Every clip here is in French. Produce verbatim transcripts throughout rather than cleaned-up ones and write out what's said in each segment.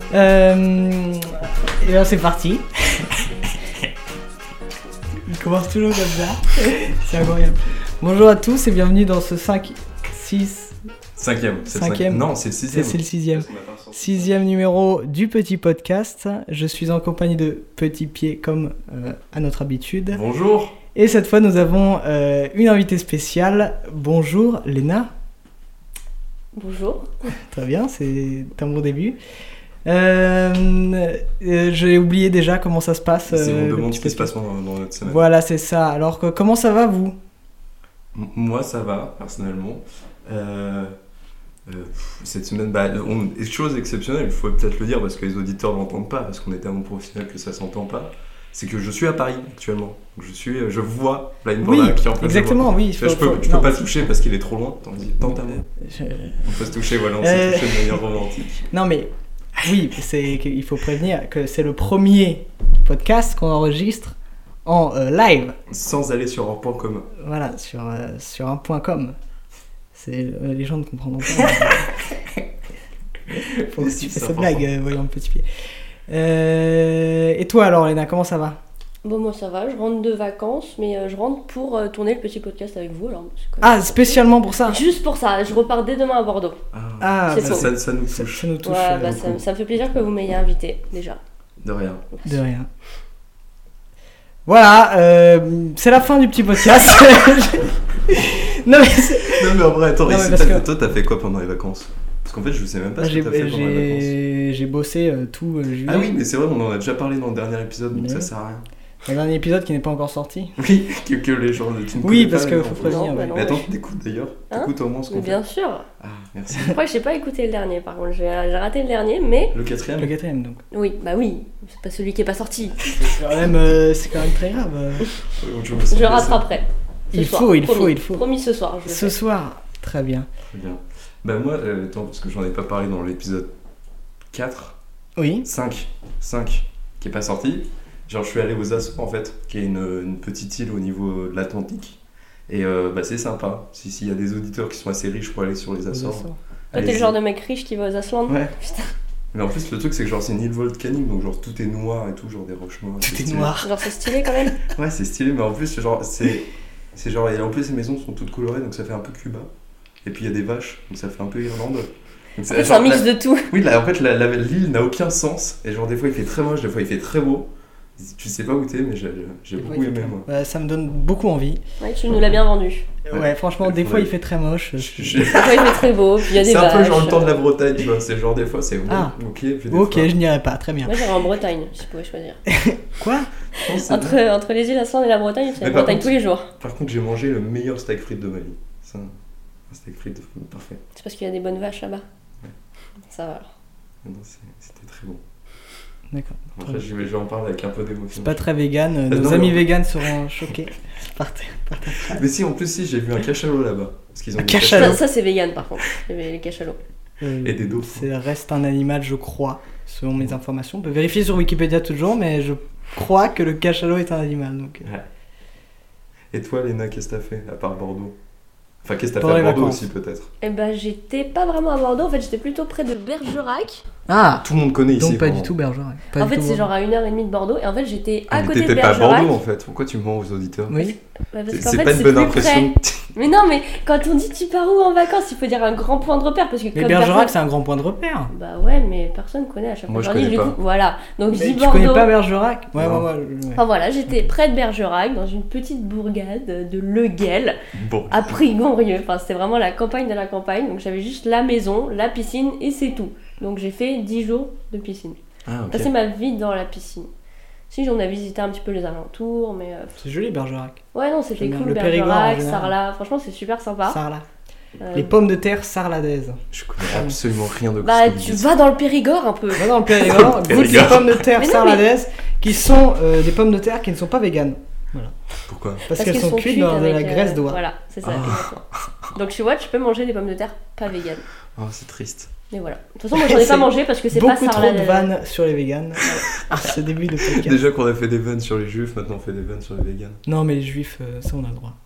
Euh, et bien c'est parti. Il commence toujours comme ça. C'est incroyable. Bonjour à tous et bienvenue dans ce cinq, six... Cinquième. C'est Cinquième. Le cinq... Non, c'est le sixième. C'est, c'est le sixième. Sixième numéro du Petit Podcast. Je suis en compagnie de Petit Pied comme euh, à notre habitude. Bonjour. Et cette fois nous avons euh, une invitée spéciale. Bonjour Léna. Bonjour. Très bien, c'est un bon début. Euh, euh, j'ai oublié déjà comment ça se passe. C'est euh, on demande ce qui se passe dans, dans notre semaine. Voilà, c'est ça. Alors, que, comment ça va, vous ? M- Moi, ça va, personnellement. Euh, euh, cette semaine, bah, on, chose exceptionnelle, il faut peut-être le dire parce que les auditeurs ne l'entendent pas, parce qu'on est tellement professionnel que ça ne s'entend pas. C'est que je suis à Paris actuellement. Je, suis, je vois Blind Panda Oui, qui est en face exactement, de moi. oui. Là, je peux, je peux pas toucher parce qu'il est trop loin. Tente à moi. Je... On peut se toucher, voilà, on Euh... s'est touché de manière romantique. Non, mais oui, c'est, il faut prévenir que c'est le premier podcast qu'on enregistre en euh, live. Sans aller sur un point commun. Voilà, sur, euh, sur un point com. C'est, euh, les gens ne comprendront pas. Faut que tu fasses cette blague, euh, voyons le petit pied. Euh, et toi alors, Léna, comment ça va ? Bon, moi ça va, je rentre de vacances, mais euh, je rentre pour euh, tourner le petit podcast avec vous. Alors, c'est Ah, spécialement pour ça ? Juste pour ça, je repars dès demain à Bordeaux. Ah, Ah, C'est ça, faux. ça, ça nous ça, touche. ça nous touche. Ouais, euh, bah, beaucoup. ça, ça me fait plaisir que vous m'ayez invité, déjà. De rien. De rien. Voilà, euh, c'est la fin du petit podcast. non, mais c'est... Non mais en vrai, attends, Non, et mais c'est parce pas- que- toi t'as fait quoi pendant les vacances ? Parce qu'en fait je sais même pas ce j'ai, que t'as fait pendant les vacances. j'ai, j'ai bossé euh, tout euh, juillet. Ah oui, mais c'est vrai, on en a déjà parlé dans le dernier épisode, donc Ouais. ça sert à rien. Le dernier épisode qui n'est pas encore sorti. Oui, que, que les gens ne tu ne Oui, connais parce pas, que les faut gens. prévenir. Non, bah ouais. non. Mais attends, t'écoutes d'ailleurs Hein T'écoutes au moins ce Mais qu'on fait. bien sûr. Ah, merci. Je crois que j'ai pas écouté le dernier, par contre. J'ai, j'ai raté le dernier, mais Le quatrième Le quatrième donc. oui, bah oui, c'est pas celui qui est pas sorti. C'est quand même, euh, c'est quand même très grave. euh. Euh, je me sens Je blessé. rattraperai. Ce Il soir, faut, il promis. faut, il faut. Promis ce soir, je le Ce fais. soir, très bien. Très bien. Bah moi, euh, attends, parce que j'en ai pas parlé dans l'épisode quatre, Oui. cinq, cinq, qui est pas sorti. Genre je suis allé aux Açores en fait, qui est une, une petite île au niveau de l'Atlantique. Et euh, bah c'est sympa. Si s'il y a des auditeurs qui sont assez riches pour aller sur les Açores. Toi, t'es allez-y. le genre de mec riche qui va aux Aslandes. Ouais. Putain, Mais en plus le truc c'est que genre c'est une île volcanique, donc genre tout est noir et tout, genre des roches noires. Tout c'est est stylé. noir. genre c'est stylé quand même. Ouais, c'est stylé, mais en plus, genre, c'est, c'est genre, et en plus, les maisons sont toutes colorées, donc ça fait un peu Cuba. Et puis il y a des vaches, donc ça fait un peu Irlande. Donc, En fait, c'est un mix de tout. Oui, là, en fait, la, la- l'île n'a aucun sens. Et genre, des fois, il fait très moche, des fois, il fait très beau. Tu sais pas où t'es, mais j'ai, j'ai Des fois, beaucoup il fait aimé, très- moi. Ouais, ça me donne beaucoup envie. Ouais, tu nous l'as bien vendu. Ouais, Ouais. franchement, des Faudrait- fois il fait très moche. Je- je- Des fois, il fait très beau, puis il y a des C'est un peu vaches. genre le temps de la Bretagne, tu vois. C'est genre, des fois, c'est Ah. ok, puis des Ok, fois- je n'irai pas, très bien. Moi, j'irais en Bretagne, si je pouvais choisir. Quoi ? Non, c'est Entre, bien. entre les îles Aslandes et la Bretagne, c'est Mais la par Bretagne contre- tous les jours. Par contre, j'ai mangé le meilleur steak frites de ma vie. C'est un, un steak frites parfait. C'est parce qu'il y a des bonnes vaches là-bas. Ouais. Ça va alors. Non, c'est- c'était très bon. D'accord. Après, je vais, je vais en parler avec un peu d'émotion. C'est pas très vegan. euh, Nos non, amis non. véganes seront choqués par ta, par ta phrase. Mais si, en plus, si, j'ai vu un cachalot là-bas. Parce qu'ils ont Un des cachalot. Ça, ça, c'est vegan par contre, les, les cachalots. Euh, Et des dauphins. C'est reste un animal, je crois, selon mes informations. On peut vérifier sur Wikipédia toujours, mais je crois que le cachalot est un animal. Donc, euh. Ouais. Et toi, Léna, qu'est-ce que t'as fait, à part Bordeaux ? Enfin, qu'est-ce que t'as Pendant fait à les Bordeaux vacances. aussi, peut-être ? Eh ben, j'étais pas vraiment à Bordeaux, en fait, j'étais plutôt près de Bergerac. Ah, Tout le monde connaît ici. donc pas Bordeaux. du tout Bergerac. Pas en du fait, tout c'est Bordeaux. genre à une heure et demie de Bordeaux, et en fait, j'étais à Ah, mais côté de t'étais pas à Bergerac. Bordeaux, en fait. Pourquoi tu mens aux auditeurs ? Oui. Bah, parce C'est qu'en c'est fait, pas une c'est bonne plus impression. près. Mais non, mais quand on dit tu pars où en vacances, il faut dire un grand point de repère, parce que Mais comme Bergerac, personne- c'est un grand point de repère. Bah ouais, mais personne connaît à chaque Moi, fois. je dis, connais du pas. coup, voilà. Donc je Mais dis tu Bordeaux. connais pas Bergerac ? Ouais, Non. ouais, ouais, ouais. Enfin voilà, j'étais près de Bergerac, dans une petite bourgade de Le Guel, Bon. à Prigonrieux. Enfin, c'était vraiment la campagne de la campagne. Donc j'avais juste la maison, la piscine et c'est tout. Donc j'ai fait dix jours de piscine. Ah, ok. Passé ma vie dans la piscine. Si, on a visité un petit peu les alentours, mais. euh, C'est joli Bergerac. Ouais, non, c'était J'aime bien. cool. Le Périgord, en Bergerac, général. Sarlat, franchement, c'est super sympa. Sarlat. Euh, Les pommes de terre sarladaises. Je connais absolument rien de Bah, ce que vous tu dites. vas dans le Périgord un peu. Va dans le Périgord, goûte les Périgord. pommes de terre Mais non, sarladaises qui sont euh, des pommes de terre qui ne sont pas véganes. Pourquoi ? Parce, qu'elles sont, cuites dans de la avec, euh, graisse d'oie. Voilà, c'est ça. Ah. exactement. Donc tu vois, tu peux manger des pommes de terre pas véganes. Oh, c'est triste. Mais voilà. De toute façon, moi j'en ai C'est pas mangé parce que c'est pas Beaucoup trop sarlat. de vannes sur les véganes. à ce début de podcast. Déjà qu'on a fait des vannes sur les juifs, maintenant on fait des vannes sur les végans. Non, mais les juifs, euh, ça on a le droit.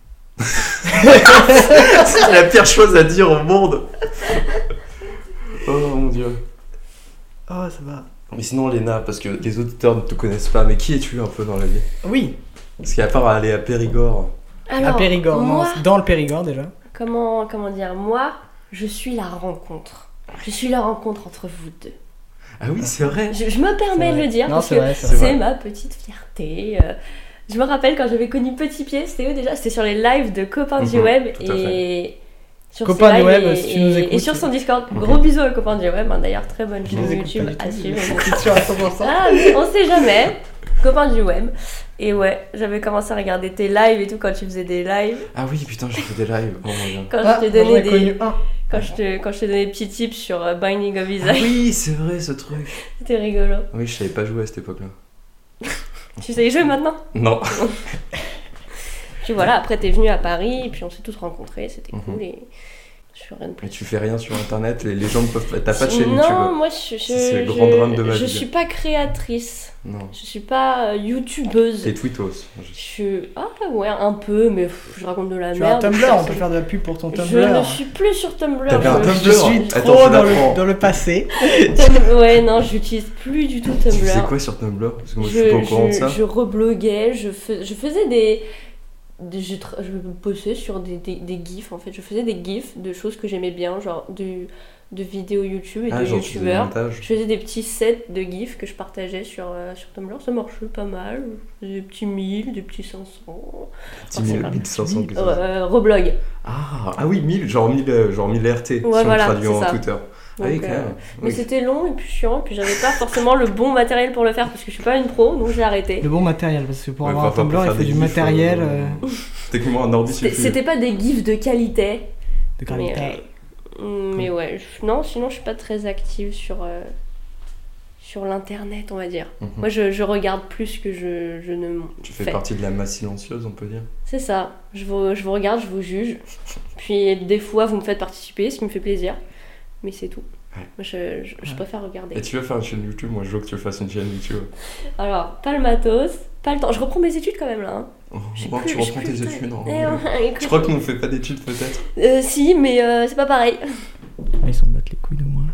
C'est la pire chose à dire au monde. Oh mon dieu. Oh, ça va. Mais sinon, Léna, parce que les auditeurs ne te connaissent pas, mais qui es-tu un peu dans la vie? Oui. Parce qu'à part aller à Périgord. Alors, à Périgord, moi, non, dans le Périgord déjà. Comment, comment dire, moi, je suis la rencontre. Je suis la rencontre entre vous deux. Ah oui, c'est vrai. Je, je me permets de le dire non, parce c'est que vrai, c'est c'est vrai. ma petite fierté. Euh, je me rappelle quand j'avais connu Petit Pied, c'était où déjà? C'était sur les lives de Copains du Mhm, Web tout à et sur Copains ses du lives Web, et, si tu nous et- écoutes. et sur son Discord. Mhm. Gros bisous à Copains du Web, hein, d'ailleurs très bonne Je chaîne les écoute YouTube pas à du tout, suivre. je suis sûr à cent pour cent. Ah, mais on sait jamais. Copains du Web. Et ouais, j'avais commencé à regarder tes lives et tout quand tu faisais des lives. Ah oui, putain, j'ai fait des lives. Oh mon dieu. Quand Ah, je t'ai moi, j'en donné ai des connu un. quand je te quand je t'ai donné des petits tips sur euh, Binding of Ah Isaac, oui, c'est vrai ce truc. c'était rigolo. Oui, je savais pas jouer à cette époque-là. Tu sais y jouer maintenant? Non. Puis voilà, après t'es venu à Paris, et puis on s'est tous rencontrés, c'était Mhm. cool et je suis rien de plus. Mais tu fais rien sur internet, les, les gens ne peuvent pas. T'as pas de chaîne Non, YouTube. moi je, je, C'est le je- grand drame de ma je vie. suis pas créatrice, Non. je suis pas euh, youtubeuse. T'es tweetos. Je suis. Ah ouais, un peu, mais pff, je raconte de la Tu as un merde. Tumblr, on je- peut faire de la pub pour ton Je Tumblr. ne suis plus sur Tumblr. T'avais un je- Tumblr Je suis Attends, trop je dans l'apprends. le, dans le passé. Tum- Ouais, non, j'utilise plus du tout Tu Tumblr. faisais quoi sur Tumblr? Parce que moi je, je, suis pas au courant de je- ça. je rebloguais, je, fais- je faisais des. des- je, tra- je bossais sur des, des, des gifs en fait. Je faisais des gifs de choses que j'aimais bien, genre de, de vidéos YouTube et Ah, de genre tu faisais des youtubeurs. montages. Je faisais des petits sets de gifs que je partageais sur, euh, sur Tumblr. Ça marchait pas mal. Je faisais des petits mille, des petits cinq cents. Petit Oh, c'est mille- pas- mille cinq cents que ça. Euh, reblog. Ah, ah oui, mille, genre mille, euh, genre mille R T, Ouais, si voilà, on traduit c'est en ça. Twitter. Ah oui, Donc, quand euh, même. Mais Oui. c'était long et puis chiant, et puis j'avais pas forcément le bon matériel pour le faire parce que je suis pas une pro, donc j'ai arrêté. Le bon matériel, parce que pour Ouais, avoir un parfois, Tumblr, pour il faire faut des du gifs, matériel euh, euh, Techniquement, un ordi C'était suffit. c'était pas des gifs de qualité, de mais, gravité. euh, mais ouais, je- non, sinon je suis pas très active sur, euh, sur l'internet, on va dire. Mhm. Moi je, je regarde plus que je, je ne Tu fais fais. partie de la masse silencieuse, on peut dire. C'est ça, je vous, je vous regarde, je vous juge, puis des fois vous me faites participer, ce qui me fait plaisir, mais c'est tout. Ouais. Moi je, je, je Ouais. préfère regarder. Et tu veux faire une chaîne YouTube? Moi, je veux que tu fasses une chaîne YouTube. Alors, pas le matos, pas le temps. Je reprends mes études quand même là. Hein. Oh, J'ai bon, plus- tu j'ai reprends plus tes le temps. études, non? Eh ouais, écoute. Je crois que nous on fait pas d'études, peut-être. Euh, si, mais euh, c'est pas pareil. Ah, ils s'en battent les couilles de moi.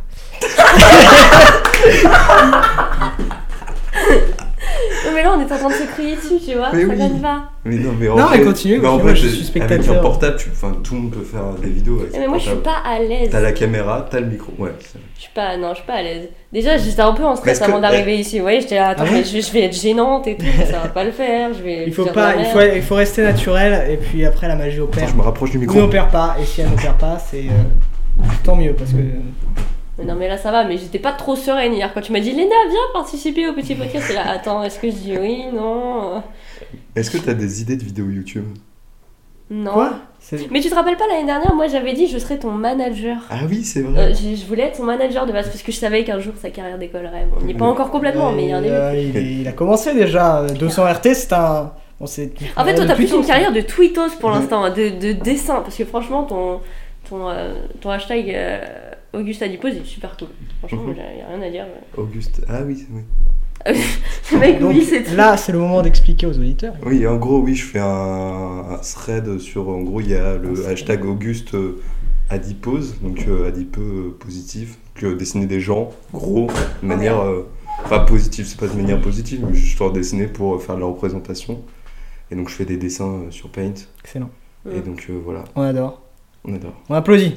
Non, mais là, on est en train de se crier dessus, tu vois. Mais ça oui. gagne pas. Mais non, mais en Non, vrai, mais continue, mais en continue, vrai, moi, je j'ai- suis avec un spectateur. portable, tu... enfin, tout le monde peut faire des vidéos avec Eh, son mais moi, je suis portable. pas à l'aise. T'as la caméra, t'as le micro. Ouais. c'est- Je suis pas, non, je suis pas à l'aise. Déjà, j'étais un peu en Mais stress est-ce que- avant d'arriver ici. Vous voyez, j'étais là, attends, Ah bon mais je, je vais être gênante et tout. Ça va pas le faire. Je vais. Il faut dire pas, de la il faut, merde. il faut rester naturel et puis après la magie opère. Attends, je me rapproche du Ou micro. n'opère pas, et si elle n'opère pas, c'est euh, tant mieux parce que. Mais non, mais là, ça va. Mais j'étais pas trop sereine hier. Quand tu m'as dit, Léna, viens participer au petit podcast. C'est là, attends, est-ce que je dis oui, non Est-ce que t'as des idées de vidéos YouTube? Non. Quoi C'est- Mais tu te rappelles pas l'année dernière, moi j'avais dit je serais ton manager. Ah oui, c'est Euh, vrai. je, je voulais être son manager de base parce que je savais qu'un jour sa carrière décollerait. Bon, on n'y est pas encore complètement, mais il y a un début. Euh, il, est- il a commencé déjà. euh, deux cents R T, c'est un. Bon, c'est En fait, toi t'as depuis plus une tôt, carrière de tweetos pour Ouais. l'instant, hein, de, de dessin. Parce que franchement, ton, ton, euh, ton hashtag euh, Auguste Adipose est super cool. Franchement, Mhm. il n'y a rien à dire. Auguste. Ah oui, oui. Le mec, Donc oui, c'est tout. là, c'est le moment d'expliquer aux auditeurs. Oui, en gros, oui, je fais un, un thread sur. En gros, il y a le Un hashtag Auguste euh, Adipose, donc euh, adipeux euh, positif. Donc, euh, dessiner des gens gros, de manière. euh, pas positive, c'est pas de manière positive, mais juste pour dessiner pour euh, faire de la représentation. Et donc, je fais des dessins euh, sur Paint. Excellent. Et Mm. donc, euh, voilà, On adore. on adore. On applaudit.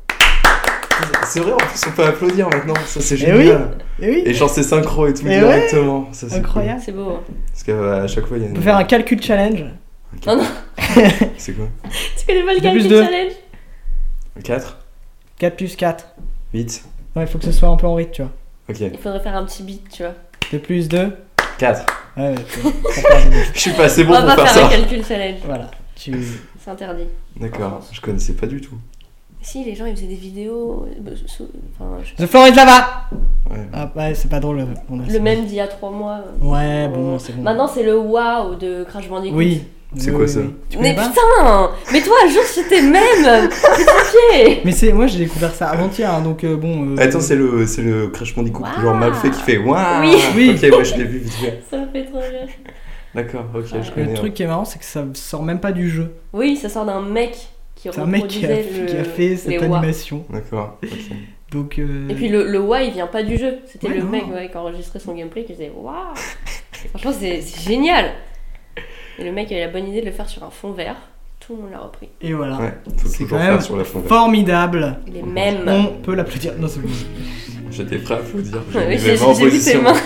C'est vrai, en plus, on peut applaudir maintenant, ça c'est Eh génial. Et oui, Et genre, c'est synchro et tout Eh ouais. directement. Ça, c'est incroyable. C'est beau. Hein. cool. Parce qu'à chaque fois, il y a On une. peut faire un calcul challenge. Non, non. C'est quoi? Tu connais pas le deux calcul plus deux. challenge? quatre quatre plus quatre. huit Ouais, il faut que ce soit un peu en rythme, tu vois. Ok. Il faudrait faire un petit beat, tu vois. deux plus deux. quatre Ouais, ouais, c'est- ça part du début. Je suis pas assez bon On va pour pas faire faire un ça. calcul challenge. Voilà. Tu... C'est interdit. D'accord, je connaissais pas du tout. Si, les gens ils faisaient des vidéos. euh, sous- Enfin, je- The Forêt de Lava. Ouais. Ah ouais, c'est pas drôle. on a- Le même d'il y a trois mois. euh. Ouais, bon, c'est bon. Maintenant, c'est le wow de Crash Bandicoot. Oui. C'est Oui, quoi oui, ça oui. Tu Mais connais pas putain Mais toi, un jour, c'était même Pitié. Mais c'est moi j'ai découvert ça avant-hier hein, donc euh, bon. euh, Attends, c'est le, c'est le Crash Bandicoot Waouh. genre mal fait qui fait waouh. Oui. Oui. Ok, ouais, je l'ai vu vite fait. Ça me fait trop rire. D'accord, ok, Ouais. je connais. Le truc qui est marrant c'est que ça sort même pas du jeu. Oui, ça sort d'un mec qui C'est un mec qui a, reproduisait le... qui a fait cette les wow. hein. animation. D'accord, ok. Donc, euh... Et puis le, le why il vient pas du jeu, c'était ouais, le non. mec ouais, qui enregistrait son gameplay qui disait waouh. Franchement c'est, c'est génial. Et le mec avait la bonne idée de le faire sur un fond vert. Tout le monde l'a repris. Et voilà. Ouais, faut c'est toujours quand même faire sur la fond verte. Formidable. Les mêmes. On peut l'applaudir. Non, c'est bon. J'étais prêt à applaudir. J'ai Ouais, mis j'ai, mes mains en j'ai vu tes position. mains.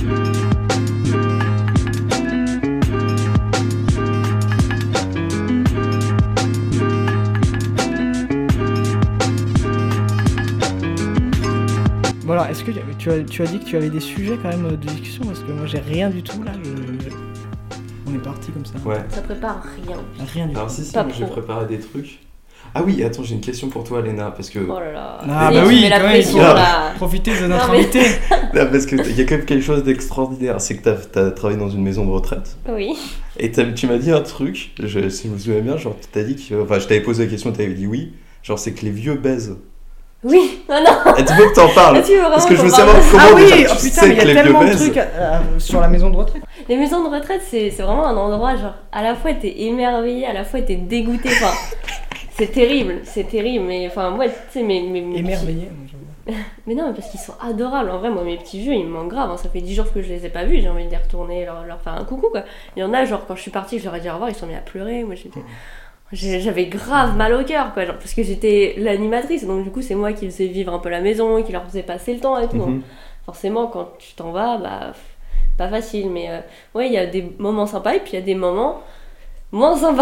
Voilà, est-ce que tu as, tu as dit que tu avais des sujets quand même de discussion parce que moi j'ai rien du tout là. Je... On est parti comme ça. Ouais. Ça prépare rien. Rien du tout. Alors si, si, Pas moi j'ai trop. préparé des trucs. Ah oui, attends, j'ai une question pour toi, Léna, parce que... Oh là là. Ah, Oui, bah tu oui, mets la quand même, pression il faut- là. Profitez de notre Non, mais- invité. Là, parce qu'il y a quand même quelque chose d'extraordinaire, c'est que t'as, t'as travaillé dans une maison de retraite, Oui. et t'as- tu m'as dit un truc, je, si je me souviens bien, genre tu t'as dit que... Enfin, je t'avais posé la question, t'avais dit oui, genre c'est que les vieux baisent. Oui. Non non. Et tu veux que t'en parles? Ah, tu veux vraiment Parce que je qu'on veux parle savoir de- comment Ah oui, déjà, oh tu putain, sais mais il que y les a vieux tellement de baisent. trucs euh, sur la maison de retraite. Les maisons de retraite, c'est, c'est vraiment un endroit, genre, à la fois t'es émerveillé, à la fois t'es dégoûté, enfin, c'est terrible, c'est terrible, mais enfin, moi, tu sais, mes, mes, mes petits- Émerveillé. Mais non, mais parce qu'ils sont adorables, en vrai, moi, mes petits vieux, ils me manquent grave, hein. Ça fait dix jours que je les ai pas vus, j'ai envie de les retourner, leur, leur faire un coucou, quoi. Il y en a, genre, quand je suis partie, je leur ai dit au revoir, ils se sont mis à pleurer, moi, j'étais... j'ai- J'avais grave mal au cœur, quoi, genre, parce que j'étais l'animatrice, donc du coup, c'est moi qui faisais vivre un peu la maison, qui leur faisais passer le temps et tout, donc Mhm. forcément, quand tu t'en vas, bah, pas facile, mais euh, ouais, il y a des moments sympas et puis il y a des moments moins sympas.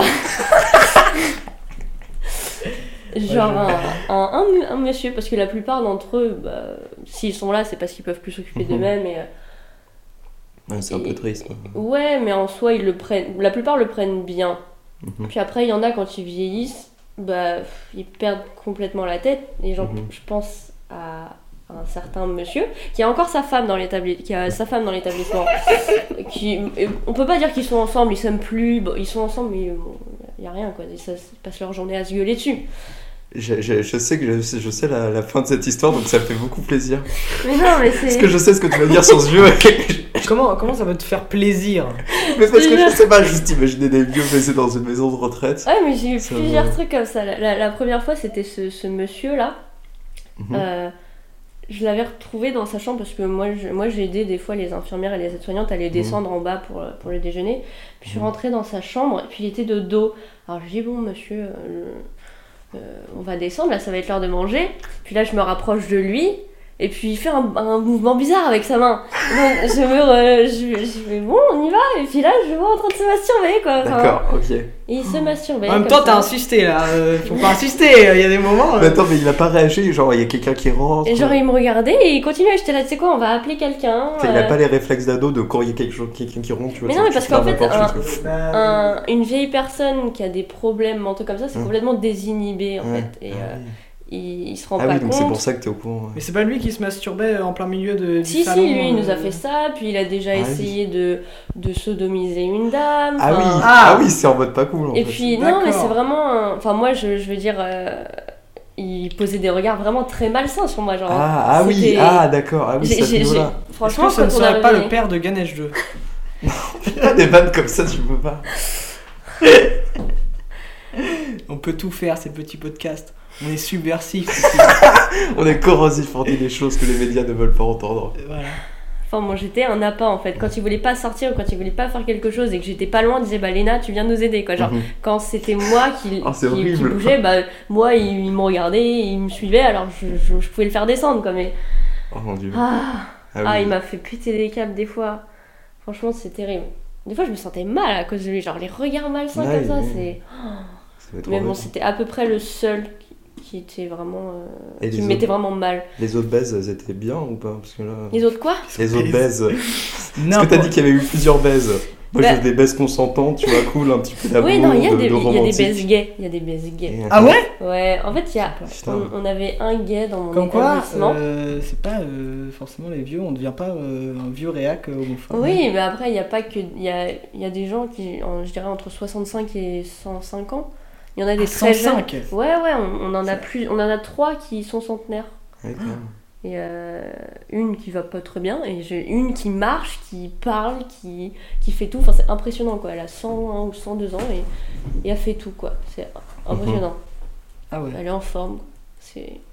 Genre Ouais, un, un, un mu- un monsieur, parce que la plupart d'entre eux, bah, s'ils sont là, c'est parce qu'ils peuvent plus s'occuper Mhm. d'eux-mêmes. Et, euh, Ouais, c'est un peu triste. ouais, mais en soi, ils le prennent, la plupart le prennent bien. Mhm. Puis après, il y en a quand ils vieillissent, bah, pff, ils perdent complètement la tête. Et genre, Mhm. je pense à un certain monsieur qui a encore sa femme dans l'établissement, qui a sa femme dans l'établissement. qui, et on peut pas dire qu'ils sont ensemble, ils s'aiment plus, bon, ils sont ensemble, mais bon, y a rien quoi. Ils, ça- ils passent leur journée à se gueuler dessus. Je, je- je sais que je, sais- je sais la, la fin de cette histoire, donc ça me fait beaucoup plaisir. Mais non, mais c'est. Parce que je sais ce que tu vas dire sur ce vieux. Comment, comment ça va te faire plaisir? Mais parce que je sais pas, juste imaginer des vieux baisés dans une maison de retraite. Ouais, mais j'ai eu Ça plusieurs va. trucs comme ça. La, la- la première fois, c'était ce, ce monsieur là. Mhm. Euh, je l'avais retrouvé dans sa chambre parce que moi, je, moi j'ai aidé des fois les infirmières et les aides-soignantes à les descendre en bas pour, pour le déjeuner. Puis je suis Mhm. rentrée dans sa chambre et puis il était de dos. Alors je dis bon monsieur, euh, euh, on va descendre, là ça va être l'heure de manger. Puis là je me rapproche de lui et puis il fait un, un mouvement bizarre avec sa main. Donc, je me re- je, je fais bon on y va et puis là je le vois en train de se masturber quoi. Enfin, D'accord, ok. et il se masturbait. En même comme temps, ça. t'as insisté là. euh, faut pas insister. Il y a des moments. euh, Mais attends, mais il a pas réagi, genre il y a quelqu'un qui rentre. Et genre il me regardait et il continuait, j'étais là, tu sais quoi, on va appeler quelqu'un. T'sais, Il a euh, pas les réflexes d'ado de quand il y a quelque chose, quelqu'un qui rentre, tu vois. Mais tu- non, mais tu parce fermes qu'en la fait, porte, un- tu fais, bah, un- une vieille personne qui a des problèmes mentaux comme ça, c'est Hum. complètement désinhibé en Ouais. fait. Et Ah euh, oui. il, il se rend Ah pas oui, donc c'est compte. pour ça que t'es au courant. ouais. Mais c'est pas lui qui se masturbait en plein milieu de, du Si, salon. si, lui il nous a euh, fait ça, puis il a déjà Ah oui. essayé de, de sodomiser une dame. Ah oui, enfin, ah oui, c'est en mode pas cool. En Et fait. puis, non, mais D'accord. c'est vraiment. un- Enfin, moi je, je veux dire. euh, il posait des regards vraiment très malsains sur moi. Genre, Ah, ah oui, c'était- ah d'accord, ah oui, J'ai- ça j'ai- là. Est-ce Franchement, que ça ne quand on serait pas arrivait- le père de Ganesh deux? Pas des vannes comme ça, tu peux pas. On peut tout faire, ces petits podcasts. On est subversifs. On est corrosif, on dit des choses que les médias ne veulent pas entendre. Voilà. Enfin, moi j'étais un appât en fait. Quand il voulait pas sortir ou quand il voulait pas faire quelque chose et que j'étais pas loin, il disait bah Léna, tu viens nous aider quoi. Genre, Mhm. quand c'était moi qui, Oh, c'est qui, qui horrible. bougeais, bah moi il, il me regardait, il me suivait alors je, je, je pouvais le faire descendre quoi. Mais Oh mon dieu. ah, Ah ah, oui. il m'a fait péter des câbles des fois. Franchement, c'est terrible. Des fois, je me sentais mal à cause de lui. Genre, les regards malsains Ouais, comme ça, ouais. c'est. Ça va être Mais bon, embêtant. c'était à peu près le seul qui, qui était vraiment. euh, Et qui les me mettait autres vraiment mal. Les autres baises, elles étaient bien ou pas? Parce que là. Les autres quoi? Les autres baises. Non, Parce que t'as dit qu'il y avait eu plusieurs baises. Moi Bah- j'ai des baises consentantes, tu vois, cool, un petit peu d'amour, Oui, non, il y a de, des, de il y a des romantique. baises gays. Il y a des baises gays. Et- Ah ouais? Ouais, en fait, il y a, Putain. on, on avait un gay dans mon Comme quoi, établissement. euh, c'est pas euh, forcément les vieux, on ne devient pas euh, un vieux réac euh, homophobe. Oui, mais après, il n'y a pas que. Il y a, il y a des gens qui, en- je dirais, entre soixante-cinq et cent cinq ans. Il y en a des Ah, très jeunes. cent cinq. Ouais, ouais, on, on en a plus. On en a trois qui sont centenaires. Ouais, quand même. Et euh, une qui va pas très bien, et j'ai une qui marche, qui parle, qui, qui fait tout. Enfin, c'est impressionnant, quoi. Elle a cent un ou cent deux ans et, et elle fait tout, quoi. C'est impressionnant. Ah ouais. Elle est en forme. C'est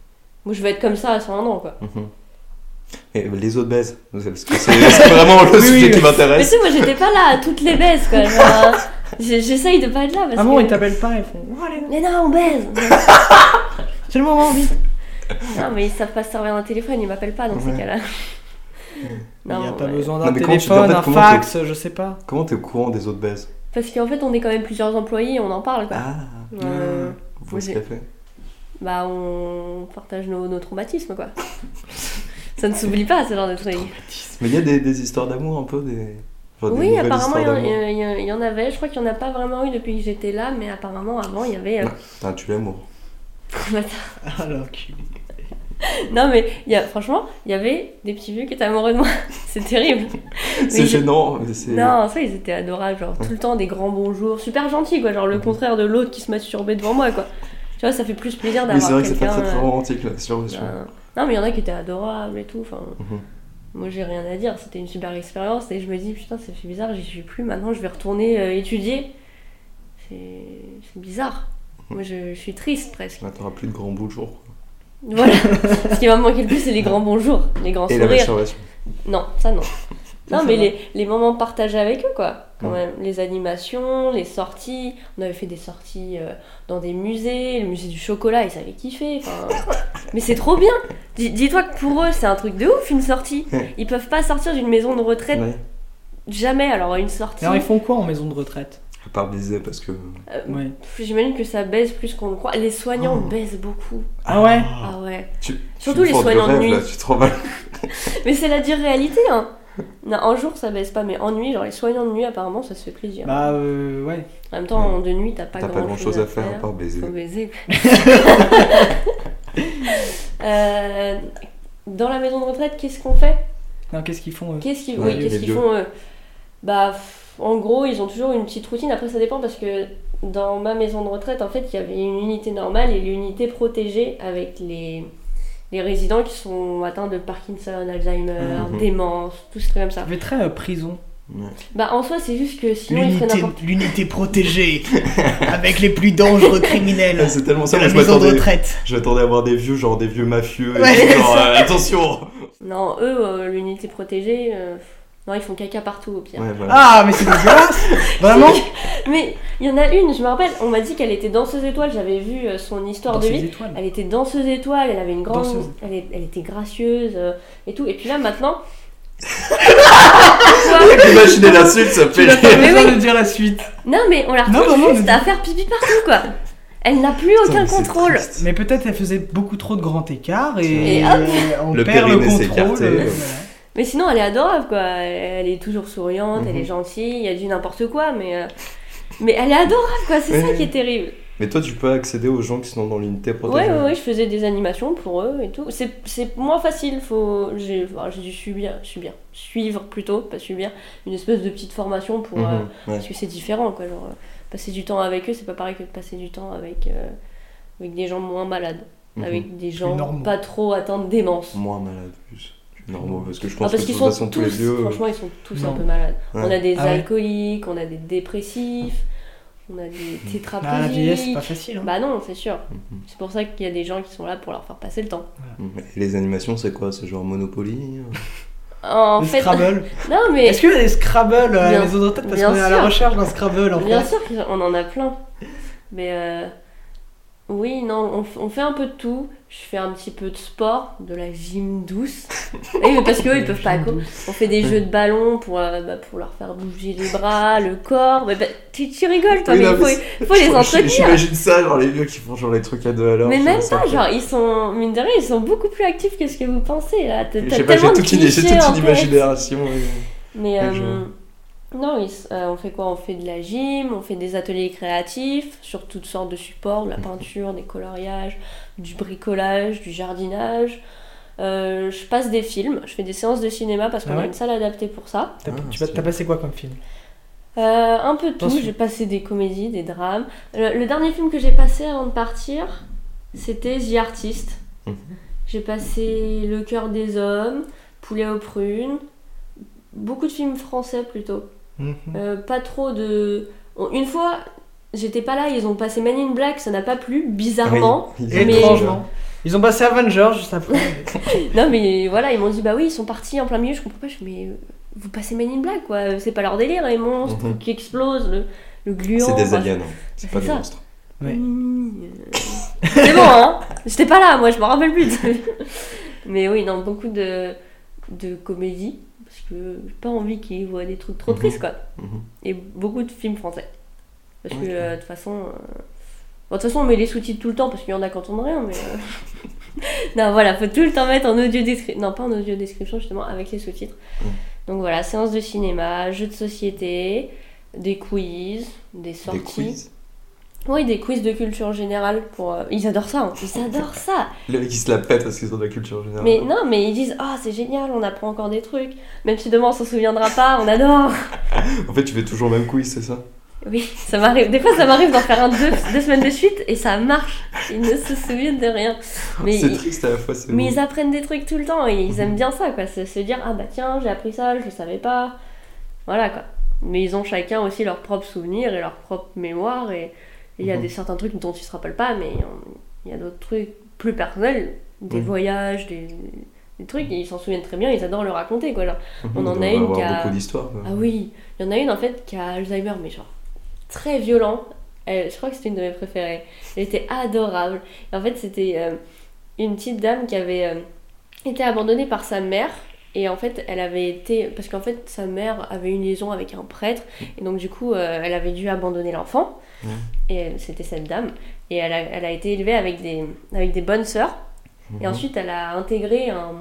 Moi, je vais être comme ça à cent un ans, quoi. Mm-hmm. Et les autres baises, parce que c'est, c'est vraiment le sujet qui m'intéresse. Mais tu sais, moi, j'étais pas là à toutes les baises, quoi. Genre, j'essaye de pas être là. Parce ah bon, que... ils t'appellent pas, ils font. Oh, allez, mais non, on baise. c'est le moment, vite. Non, mais ils savent pas se servir d'un téléphone, ils m'appellent pas dans ouais. ces cas-là. Non, il n'y a pas ouais. besoin d'un non, téléphone, un fax, je sais pas. Comment t'es au courant des autres baises? Parce qu'en fait, on est quand même plusieurs employés et on en parle, quoi. Ah, euh, vous voyez ce café? Bah, on partage nos, nos traumatismes, quoi. Ça ne s'oublie pas, ce genre de trucs. Mais il y a des, des histoires d'amour un peu des... Enfin, oui, apparemment, il y, y, y en avait. Je crois qu'il n'y en a pas vraiment eu depuis que j'étais là, mais apparemment, avant, il y avait... Euh... T'as tué l'amour. Ah, l'enculé. Non, mais y a, franchement, il y avait des petits vieux qui étaient amoureux de moi. C'est terrible. C'est gênant. Mais c'est... Non, ça, ils étaient adorables. Genre, tout le temps, des grands bonjours. Super gentils, quoi. Genre, le contraire de l'autre qui se masturbait devant moi, quoi. Tu vois, ça fait plus plaisir d'avoir quelqu'un... Mais c'est vrai que c'est pas très, très romantique, la masturbation. Euh... Non, mais il y en a qui étaient adorables et tout. Enfin, mm-hmm. Moi, j'ai rien à dire. C'était une super expérience. Et je me dis, putain, ça fait bizarre, j'y suis plus. Maintenant, je vais retourner euh, étudier. C'est... c'est bizarre. Mm-hmm. Moi, je... je suis triste, presque. Là, t'auras plus de grands bonjours, quoi. Voilà. Ce qui va me manquer le plus, c'est les grands bonjours, les grands et sourires. La masturbation. Non, ça non. Non, mais les, les moments partagés avec eux, quoi. Quand mm. même. Les animations, les sorties. On avait fait des sorties euh, dans des musées. Le musée du chocolat, ils avaient kiffé. Enfin... mais c'est trop bien. D- dis-toi que pour eux, c'est un truc de ouf, une sortie. Ils peuvent pas sortir d'une maison de retraite. Ouais. Jamais. Alors, une sortie. Alors, ils font quoi en maison de retraite? À part baiser, parce que... Euh, ouais. J'imagine que ça baise plus qu'on le croit. Les soignants oh. baisent beaucoup. Ah ouais? Ah ouais. Tu, Surtout les soignants de, rêve, de nuit. Là, tu te rends mal. Mais c'est la dure réalité, hein. Non, en jour, ça baisse pas, mais en nuit, genre les soignants de nuit, apparemment, ça se fait plaisir. Bah euh, ouais. En même temps, ouais. de nuit, t'as pas t'as grand, pas grand chose, chose à faire, à part baiser. Faut baiser. euh, dans la maison de retraite, qu'est-ce qu'on fait? Non, qu'est-ce qu'ils font eux? Qu'est-ce qu'ils, ouais, oui, qu'est-ce qu'ils font eux? Bah, en gros, ils ont toujours une petite routine. Après, ça dépend parce que dans ma maison de retraite, en fait, il y avait une unité normale et l'unité protégée avec les, les résidents qui sont atteints de Parkinson, Alzheimer, mmh. démence, tout ce truc comme ça. Ça fait très euh, prison. Ouais. Bah, en soi, c'est juste que sinon, l'unité, ils feraient n'importe... l'unité protégée avec les plus dangereux criminels. C'est tellement ça, de la je maison de retraite. Je m'attendais à voir des vieux, genre des vieux mafieux. Ouais, et genre, euh, attention. Non, eux, euh, l'unité protégée... Euh... Non, ils font caca partout au pire. Ouais, voilà. Ah, mais c'est dégueulasse. Vraiment. Mais il y en a une, je me rappelle, on m'a dit qu'elle était danseuse étoile, j'avais vu son histoire danseuse de vie. Étoile. Elle était danseuse étoile, elle avait une grande... Elle, est... elle était gracieuse euh, et tout. Et puis là, maintenant... Imaginez la suite, ça fait... Tu n'as pas besoin de dire la suite. Non, mais on la retrouve juste à faire pipi partout, quoi. Elle n'a plus aucun Putain, contrôle. Mais peut-être elle faisait beaucoup trop de grands écarts et, et on le perd le contrôle. Écarté, euh, Mais sinon, elle est adorable, quoi. Elle est toujours souriante, mm-hmm. elle est gentille, il y a du n'importe quoi, mais, euh... mais elle est adorable, quoi. C'est ouais. ça qui est terrible. Mais toi, tu peux accéder aux gens qui sont dans l'unité protégée. Ouais, ouais, ouais, je faisais des animations pour eux et tout. C'est, c'est moins facile, faut... j'ai, enfin, j'ai dû subir, subir, suivre plutôt, pas subir, une espèce de petite formation pour... Mm-hmm. Euh... Ouais. Parce que c'est différent, quoi. Genre, passer du temps avec eux, c'est pas pareil que de passer du temps avec, euh... avec des gens moins malades. Mm-hmm. Avec des gens pas trop atteints de démence. Moins malades, plus. Normaux, parce que je pense ah, parce que qu'ils de sont toute façon tous, tous les vieux franchement ils sont tous non. un peu malades. Ouais. On a des ah alcooliques, ouais. on a des dépressifs, on a des tétraplégiques. Ah, la vieillesse c'est pas facile. Hein. Bah non, c'est sûr. Mm-hmm. C'est pour ça qu'il y a des gens qui sont là pour leur faire passer le temps. Ouais. Et les animations c'est quoi? C'est genre Monopoly? En le fait... Scrabble. Non mais. Est-ce qu'il y a des Scrabble à la maison de retraite parce qu'on est à la recherche d'un Scrabble en fait. Bien sûr qu'on en a plein. Mais euh... oui, non, on, on fait un peu de tout. Je fais un petit peu de sport, de la gym douce. Et parce qu'eux, ils peuvent pas. On fait des jeux de ballon pour, euh, bah, pour leur faire bouger les bras, le corps. Bah, bah, tu, tu rigoles, toi, oui, mais il faut, mais faut les entretenir. J'imagine ça, genre les vieux qui font genre les trucs à deux à l'heure. Mais même pas, genre, ils sont, mine de rien, ils sont beaucoup plus actifs que ce que vous pensez, là. T'as, t'as j'ai tellement pas, j'ai de toute une, j'ai toute une imagination. Mais, euh, non, ils, euh, on fait quoi? On fait de la gym, on fait des ateliers créatifs sur toutes sortes de supports, de la peinture, des coloriages, du bricolage, du jardinage. Euh, je passe des films, je fais des séances de cinéma parce qu'on ah ouais. a une salle adaptée pour ça. T'as, ah, tu t'as passé quoi comme film? euh, Un peu de tout, j'ai passé des comédies, des drames. Le, le dernier film que j'ai passé avant de partir, c'était The Artist. Mmh. J'ai passé Le cœur des hommes, Poulet aux prunes, beaucoup de films français plutôt. Mmh. Euh, pas trop de... Une fois, j'étais pas là, ils ont passé Men in Black, ça n'a pas plu, bizarrement. Oui, mais... étrangement. Ils ont passé Avengers juste après. Non, mais voilà, ils m'ont dit, bah oui, ils sont partis en plein milieu. Je comprends pas. Je fais, mais euh, vous passez Men in Black, quoi. C'est pas leur délire, les monstres Mhm. qui explosent, le, le gluant. C'est des enfin, aliens, hein. C'est c'est pas des ça. monstres. Ouais. Mmh, euh, C'est bon, hein. J'étais pas là, moi, je me rappelle plus. Mais oui, non, beaucoup de, de comédie. Parce que j'ai pas envie qu'ils voient des trucs trop Mhm. tristes, quoi. Mhm. Et beaucoup de films français. Parce que Ok. euh, de toute façon. euh, bon, de toute façon, on met les sous-titres tout le temps parce qu'il y en a quand on n'a rien, mais. euh, Non, voilà, faut tout le temps mettre en audio description. Non, pas en audio description, justement, avec les sous-titres. Mm. Donc voilà, séance de cinéma, jeux de société, des quiz, des sorties. Des quiz. Oui, des quiz de culture générale. Pour, euh, Ils adorent ça, hein. Ils adorent ça. Les mecs qui se la pètent parce qu'ils ont de la culture générale. Mais non, mais ils disent, ah, c'est génial, on apprend encore des trucs. Même si demain on s'en souviendra pas, on adore. En fait, tu fais toujours le même quiz, c'est ça? Oui, ça m'arrive. Des fois, ça m'arrive d'en faire un deux, deux semaines de suite et ça marche. Ils ne se souviennent de rien. Mais C'est ils, triste à la fois, c'est mais beau. ils apprennent des trucs tout le temps et ils Mhm. aiment bien ça, quoi. Se, se dire, ah bah tiens, j'ai appris ça, je le savais pas. Voilà, quoi. Mais ils ont chacun aussi leurs propres souvenirs et leur propre mémoire. Et il y a Mhm. des, certains trucs dont ils se rappellent pas, mais il y a d'autres trucs plus personnels. Des Mhm. voyages, des, des trucs, et ils s'en souviennent très bien, ils adorent le raconter, quoi. Genre, Mhm, on en il doit a une avoir qui a- beaucoup d'histoires. quoi. ah oui, il y en a une en fait qui a Alzheimer, mais genre très violent. Elle, je crois que c'était une de mes préférées. Elle était adorable. Et en fait, c'était euh, une petite dame qui avait euh, été abandonnée par sa mère. Et en fait, elle avait été. Parce qu'en fait, sa mère avait une liaison avec un prêtre. Et donc, du coup, euh, elle avait dû abandonner l'enfant. Ouais. Et euh, c'était cette dame. Et elle a, elle a été élevée avec des, avec des bonnes sœurs. Et Mhm. ensuite, elle a intégré un,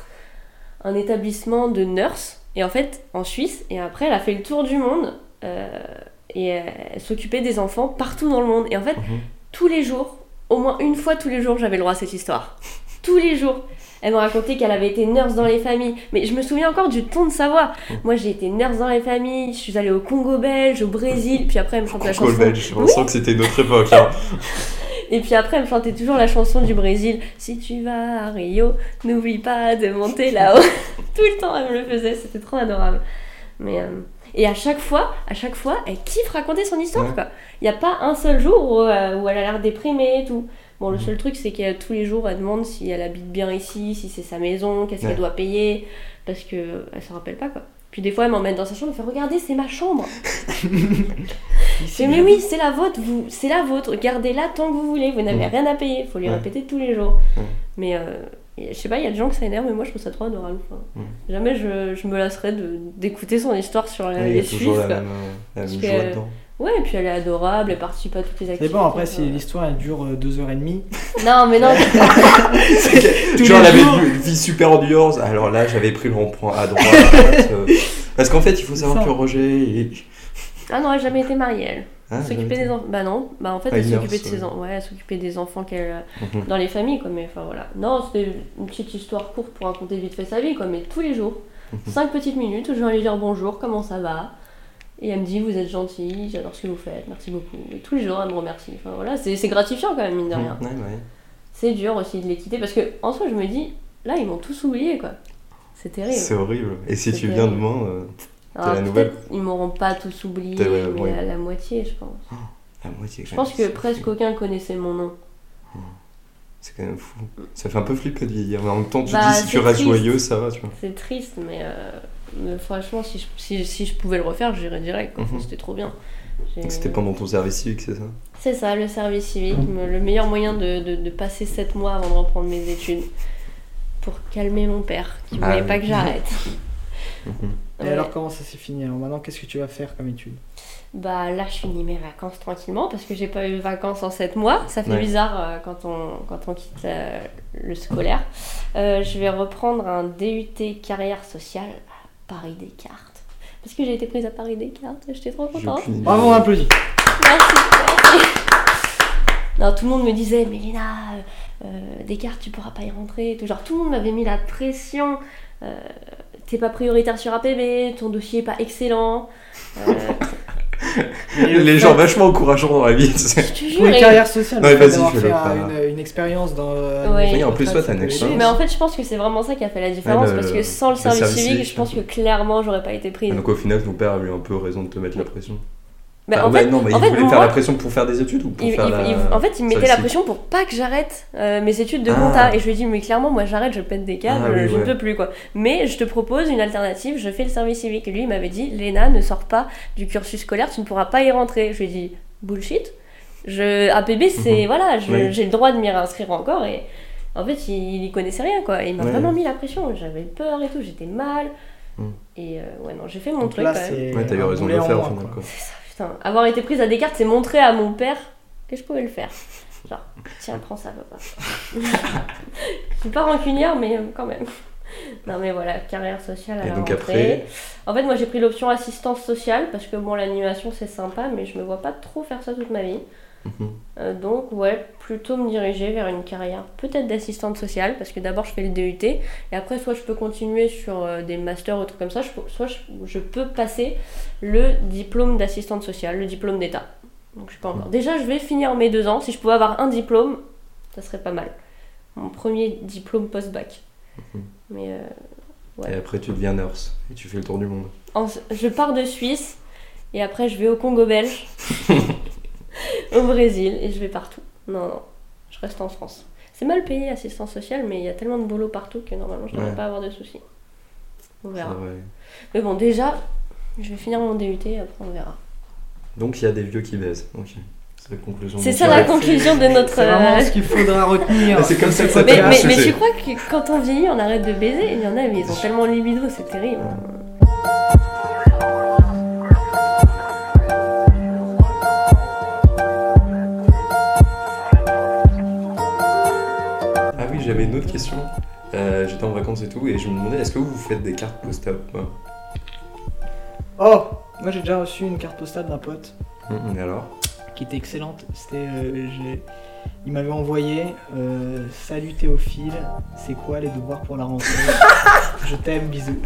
un établissement de nurse, et en fait, en Suisse. Et après, elle a fait le tour du monde. euh, et elle, elle s'occupait des enfants partout dans le monde. Et en fait, Mhm. tous les jours, au moins une fois tous les jours, j'avais le droit à cette histoire. Tous les jours. Elle me racontait qu'elle avait été nurse dans les familles. Mais je me souviens encore du ton de sa voix. Moi, j'ai été nurse dans les familles. Je suis allée au Congo belge, au Brésil. Puis après, elle me chantait la Congo chanson. belge, on sent que c'était une autre époque. hein. Et puis après, elle me chantait toujours la chanson du Brésil. Si tu vas à Rio, n'oublie pas de monter là-haut. Tout le temps, elle me le faisait. C'était trop adorable. Mais, euh, et à chaque fois, à chaque fois, elle kiffe raconter son histoire, Ouais. quoi. Il n'y a pas un seul jour où, euh, où elle a l'air déprimée et tout. Bon, le Mhm. seul truc, c'est que tous les jours, elle demande si elle habite bien ici, si c'est sa maison, qu'est-ce Ouais. qu'elle doit payer, parce que elle se rappelle pas, quoi. Puis des fois, elle m'emmène dans sa chambre, elle fait regarder, c'est ma chambre. Je fais, mais oui, c'est la vôtre, vous, c'est la vôtre. Gardez-la tant que vous voulez. Vous n'avez Mhm. rien à payer. Il faut lui Ouais. répéter tous les jours. Ouais. Mais euh, je sais pas, il y a des gens que ça énerve, mais moi je trouve ça trop adorable. Enfin, Mhm. Jamais je, je me lasserai de, d'écouter son histoire sur la, Ouais, il y les a Suisses. toujours la quoi. même, euh, la Parce même que- joie dedans. Ouais, et puis elle est adorable, elle participe à toutes les C'est activités. bon, après, si enfin, l'histoire elle dure euh, deux heures et demie. Non, mais non. Tous Genre, les elle avait jours. une vie super endurance. Alors là, j'avais pris le rond-point à droite. euh, Parce qu'en fait, il faut savoir Ça. que Roger. il- Ah non, elle n'a jamais été mariée, elle. Hein, S'occuper j'avais- des enfants. Bah non, bah en fait, Ah, elle une s'occupait nurse, de ses ouais. enfants. Ouais, elle s'occupait des enfants qu'elle. Mhm. Dans les familles, quoi. Mais enfin voilà. Non, c'était une petite histoire courte pour raconter vite fait sa vie, quoi. Mais tous les jours. Mhm. Cinq petites minutes où je viens lui dire bonjour, comment ça va. Et elle me dit, vous êtes gentil, j'adore ce que vous faites, merci beaucoup. Et tous les jours, elle me remercie. Enfin voilà, c'est c'est gratifiant quand même, mine de rien. Ouais, ouais. C'est dur aussi de les quitter parce que, en soi, je me dis, là, ils m'ont tous oublié, quoi. C'est terrible. C'est horrible. Et si C'est tu viens terrible. demain, euh, Alors, la nouvelle. peut-être, ils m'auront pas tous oublié, T'es- ouais, mais ouais. à la moitié, je pense. la moitié. Je quand pense même, que c'est presque fou. aucun connaissait mon nom. C'est quand même fou. Ça fait un peu flipper de vieillir. Mais en même temps, tu te Bah, dis, si tu c'est restes triste. joyeux, ça va, tu vois. C'est triste, mais, euh, mais franchement, si je, si, si je pouvais le refaire, j'irais direct. quoi. Mhm. C'était trop bien. J'ai- Donc c'était pendant ton service civique, c'est ça? C'est ça, le service civique, me- le meilleur moyen de, de, de passer sept mois avant de reprendre mes études. Pour calmer mon père, qui Ah voulait oui. pas que j'arrête. Mhm. Et Ouais. alors, comment ça s'est fini? Alors maintenant, qu'est-ce que tu vas faire comme étude? Bah là, je finis mes vacances tranquillement parce que j'ai pas eu de vacances en sept mois. Ça fait Ouais. bizarre euh, quand, on, quand on quitte euh, le scolaire. Euh, je vais reprendre un D U T carrière sociale à Paris Descartes. Parce que j'ai été prise à Paris Descartes, j'étais trop J'ai contente. aucune idée. Bravo, on applaudit. Merci, merci. Non, tout le monde me disait, mais Léna, euh, euh, Descartes, tu pourras pas y rentrer. et tout. Genre, tout le monde m'avait mis la pression. Euh, T'es pas prioritaire sur A P B, ton dossier est pas excellent. Euh, Les gens vachement encourageants dans la vie. tu sais. je te jure. Pour les et- carrières sociales, Ouais, le fait vas-y, d'avoir fais-le, fait pas- euh, une, une expérience dans. euh, Ouais. une Oui, en plus, toi, retraite, t'as une ça peut expérience. aider. Mais en fait, je pense que c'est vraiment ça qui a fait la différence. Ouais, le- parce que sans le le service service civique, civique, je pense que clairement, j'aurais pas été prise. Donc au final, ton père a eu un peu raison de te mettre la pression. Bah, enfin, en ouais, fait, non, mais en il fait, voulait moi, faire la pression pour faire des études ou pour il, faire il, la... il, en fait, il me mettait ça, la le pression pour pas que j'arrête euh, mes études de Ah. compta. Et je lui ai dit, mais clairement, moi j'arrête, je pète des câbles, Ah, oui, je ouais. ne peux plus quoi. Mais je te propose une alternative, je fais le service civique. Et lui, il m'avait dit, Léna, ne sors pas du cursus scolaire, tu ne pourras pas y rentrer. Je lui ai dit, bullshit. Je, A P B, c'est, Mhm. voilà, je- Oui. j'ai le droit de m'y réinscrire encore. Et en fait, il, il y connaissait rien quoi. Et il m'a Ouais. vraiment mis la pression. J'avais peur et tout, j'étais mal. Mhm. Et euh, ouais, non, j'ai fait mon Donc truc là, quand même. c'est. Ouais, t'as eu un raison de boulet le en faire au moins, final, quoi. quoi. C'est ça, putain. Avoir été prise à Descartes, c'est montrer à mon père que je pouvais le faire. Genre, tiens, prends ça, papa. Je suis pas rancunière, mais euh, quand même. Non, mais voilà, carrière sociale à Et la donc rentrée. après, En fait, moi j'ai pris l'option assistance sociale parce que bon, l'animation c'est sympa, mais je me vois pas trop faire ça toute ma vie. mhm. Euh, donc, ouais, plutôt me diriger vers une carrière peut-être d'assistante sociale parce que d'abord je fais le D U T et après, soit je peux continuer sur euh, des masters ou trucs comme ça, je peux- soit je, je peux passer le diplôme d'assistante sociale, le diplôme d'État. Donc, je sais pas encore. Déjà, je vais finir mes deux ans. Si je pouvais avoir un diplôme, ça serait pas mal. Mon premier diplôme post-bac. Mhm. Mais euh, ouais. Et après tu deviens nurse et tu fais le tour du monde. En- je pars de Suisse et après je vais au Congo belge, au Brésil et je vais partout. Non, non, je reste en France. C'est mal payé assistance sociale, mais il y a tellement de boulot partout que normalement je ne devrais Ouais. pas avoir de soucis. On C'est verra. vrai. Mais bon, déjà, je vais finir mon D U T et après on verra. Donc il y a des vieux qui baisent. Ok. C'est la conclusion. C'est du ça direct. la conclusion de notre. C'est vraiment euh, ce qu'il faudra retenir. Mais c'est comme ça que ça Mais, Ah, mais, c'est- mais c'est- tu crois que quand on vieillit, on arrête de baiser? Il y en a, mais ils ont tellement libido, c'est terrible. Ah oui, j'avais une autre question. Euh, J'étais en vacances et tout, et je me demandais, est-ce que vous faites des cartes postales ou pas? Oh, moi j'ai déjà reçu une carte postale d'un pote Hum, Et alors? qui était excellente. C'était, euh, j'ai- il m'avait envoyé euh, Salut Théophile, c'est quoi les devoirs pour la rentrée? Je t'aime, bisous.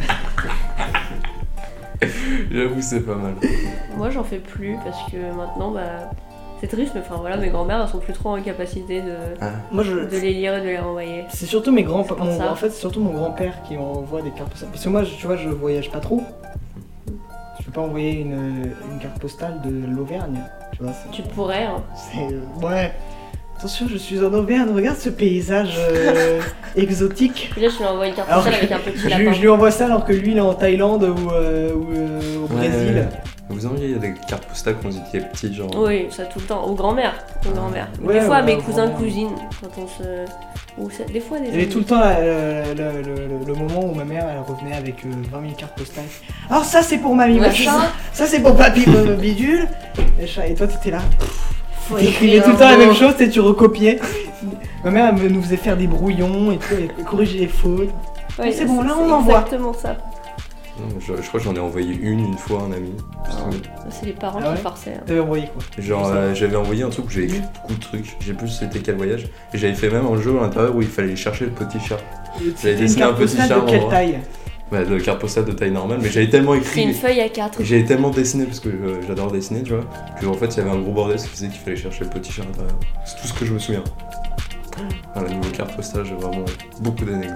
J'avoue, c'est pas mal. Moi, j'en fais plus parce que maintenant, bah. C'est triste, mais enfin voilà, mes grands-mères elles sont plus trop en capacité de, Ah, Moi je. de les lire et de les renvoyer. C'est surtout mes grands C'est pour mon- ça. En fait, c'est surtout mon grand-père qui m'envoie des cartes postales. Parce que moi, je- tu vois, je voyage pas trop. Je peux pas envoyer une, une carte postale de l'Auvergne. Tu vois, c'est. Tu pourrais, hein. c'est, euh, ouais. Attention, je suis en Auvergne. Regarde ce paysage euh, exotique. Puis là, je lui envoie une carte Alors, postale avec un petit Je, lapin. je lui envoie ça alors que lui il est en Thaïlande ou, euh, ou, euh, au Ouais. Brésil. Vous envoyez des cartes postales quand vous étiez petit, genre. Oui, ça tout le temps. Aux grand-mères. Aux grand-mères. Ouais, des fois à ouais, mes aux cousins, grand-mères. cousines. Quand on se. Ou ça- des fois des. Il y avait tout le temps euh, le, le- le- le moment où ma mère elle revenait avec euh, vingt mille cartes postales. Alors ça c'est pour mamie Ouais, machin, c'est ça c'est pour papy euh, bidule. Et cha- Et toi t'étais là. Faut Tu écrivais écrire tout le temps un la mot. même chose et tu recopiais. Ma mère elle me- nous faisait faire des brouillons et tout, elle corrigeait les fautes. Ouais, C'est bon, là, on c'est envoie. exactement ça. Non, Je, je crois que j'en ai envoyé une, une fois à un ami. Ça, C'est les parents Ah ouais qui forçaient. hein. T'avais envoyé quoi? Genre, Ça. euh, j'avais envoyé un truc où j'avais écrit beaucoup de trucs. Je sais plus c'était quel voyage. Et j'avais fait même un jeu à l'intérieur où il fallait chercher le petit chat. C'était une dessiné carte un petit postale chat de en quelle endroit. taille? Bah, de carte postale de taille normale, mais j'avais tellement C'est une écrit. feuille à quatre. J'avais tellement dessiné parce que euh, j'adore dessiner, tu vois. Que en fait, il y avait un gros bordel ce qui faisait qu'il fallait chercher le petit chat à l'intérieur. C'est tout ce que je me souviens. Voilà, niveau carte postale, j'ai vraiment beaucoup d'anecdotes.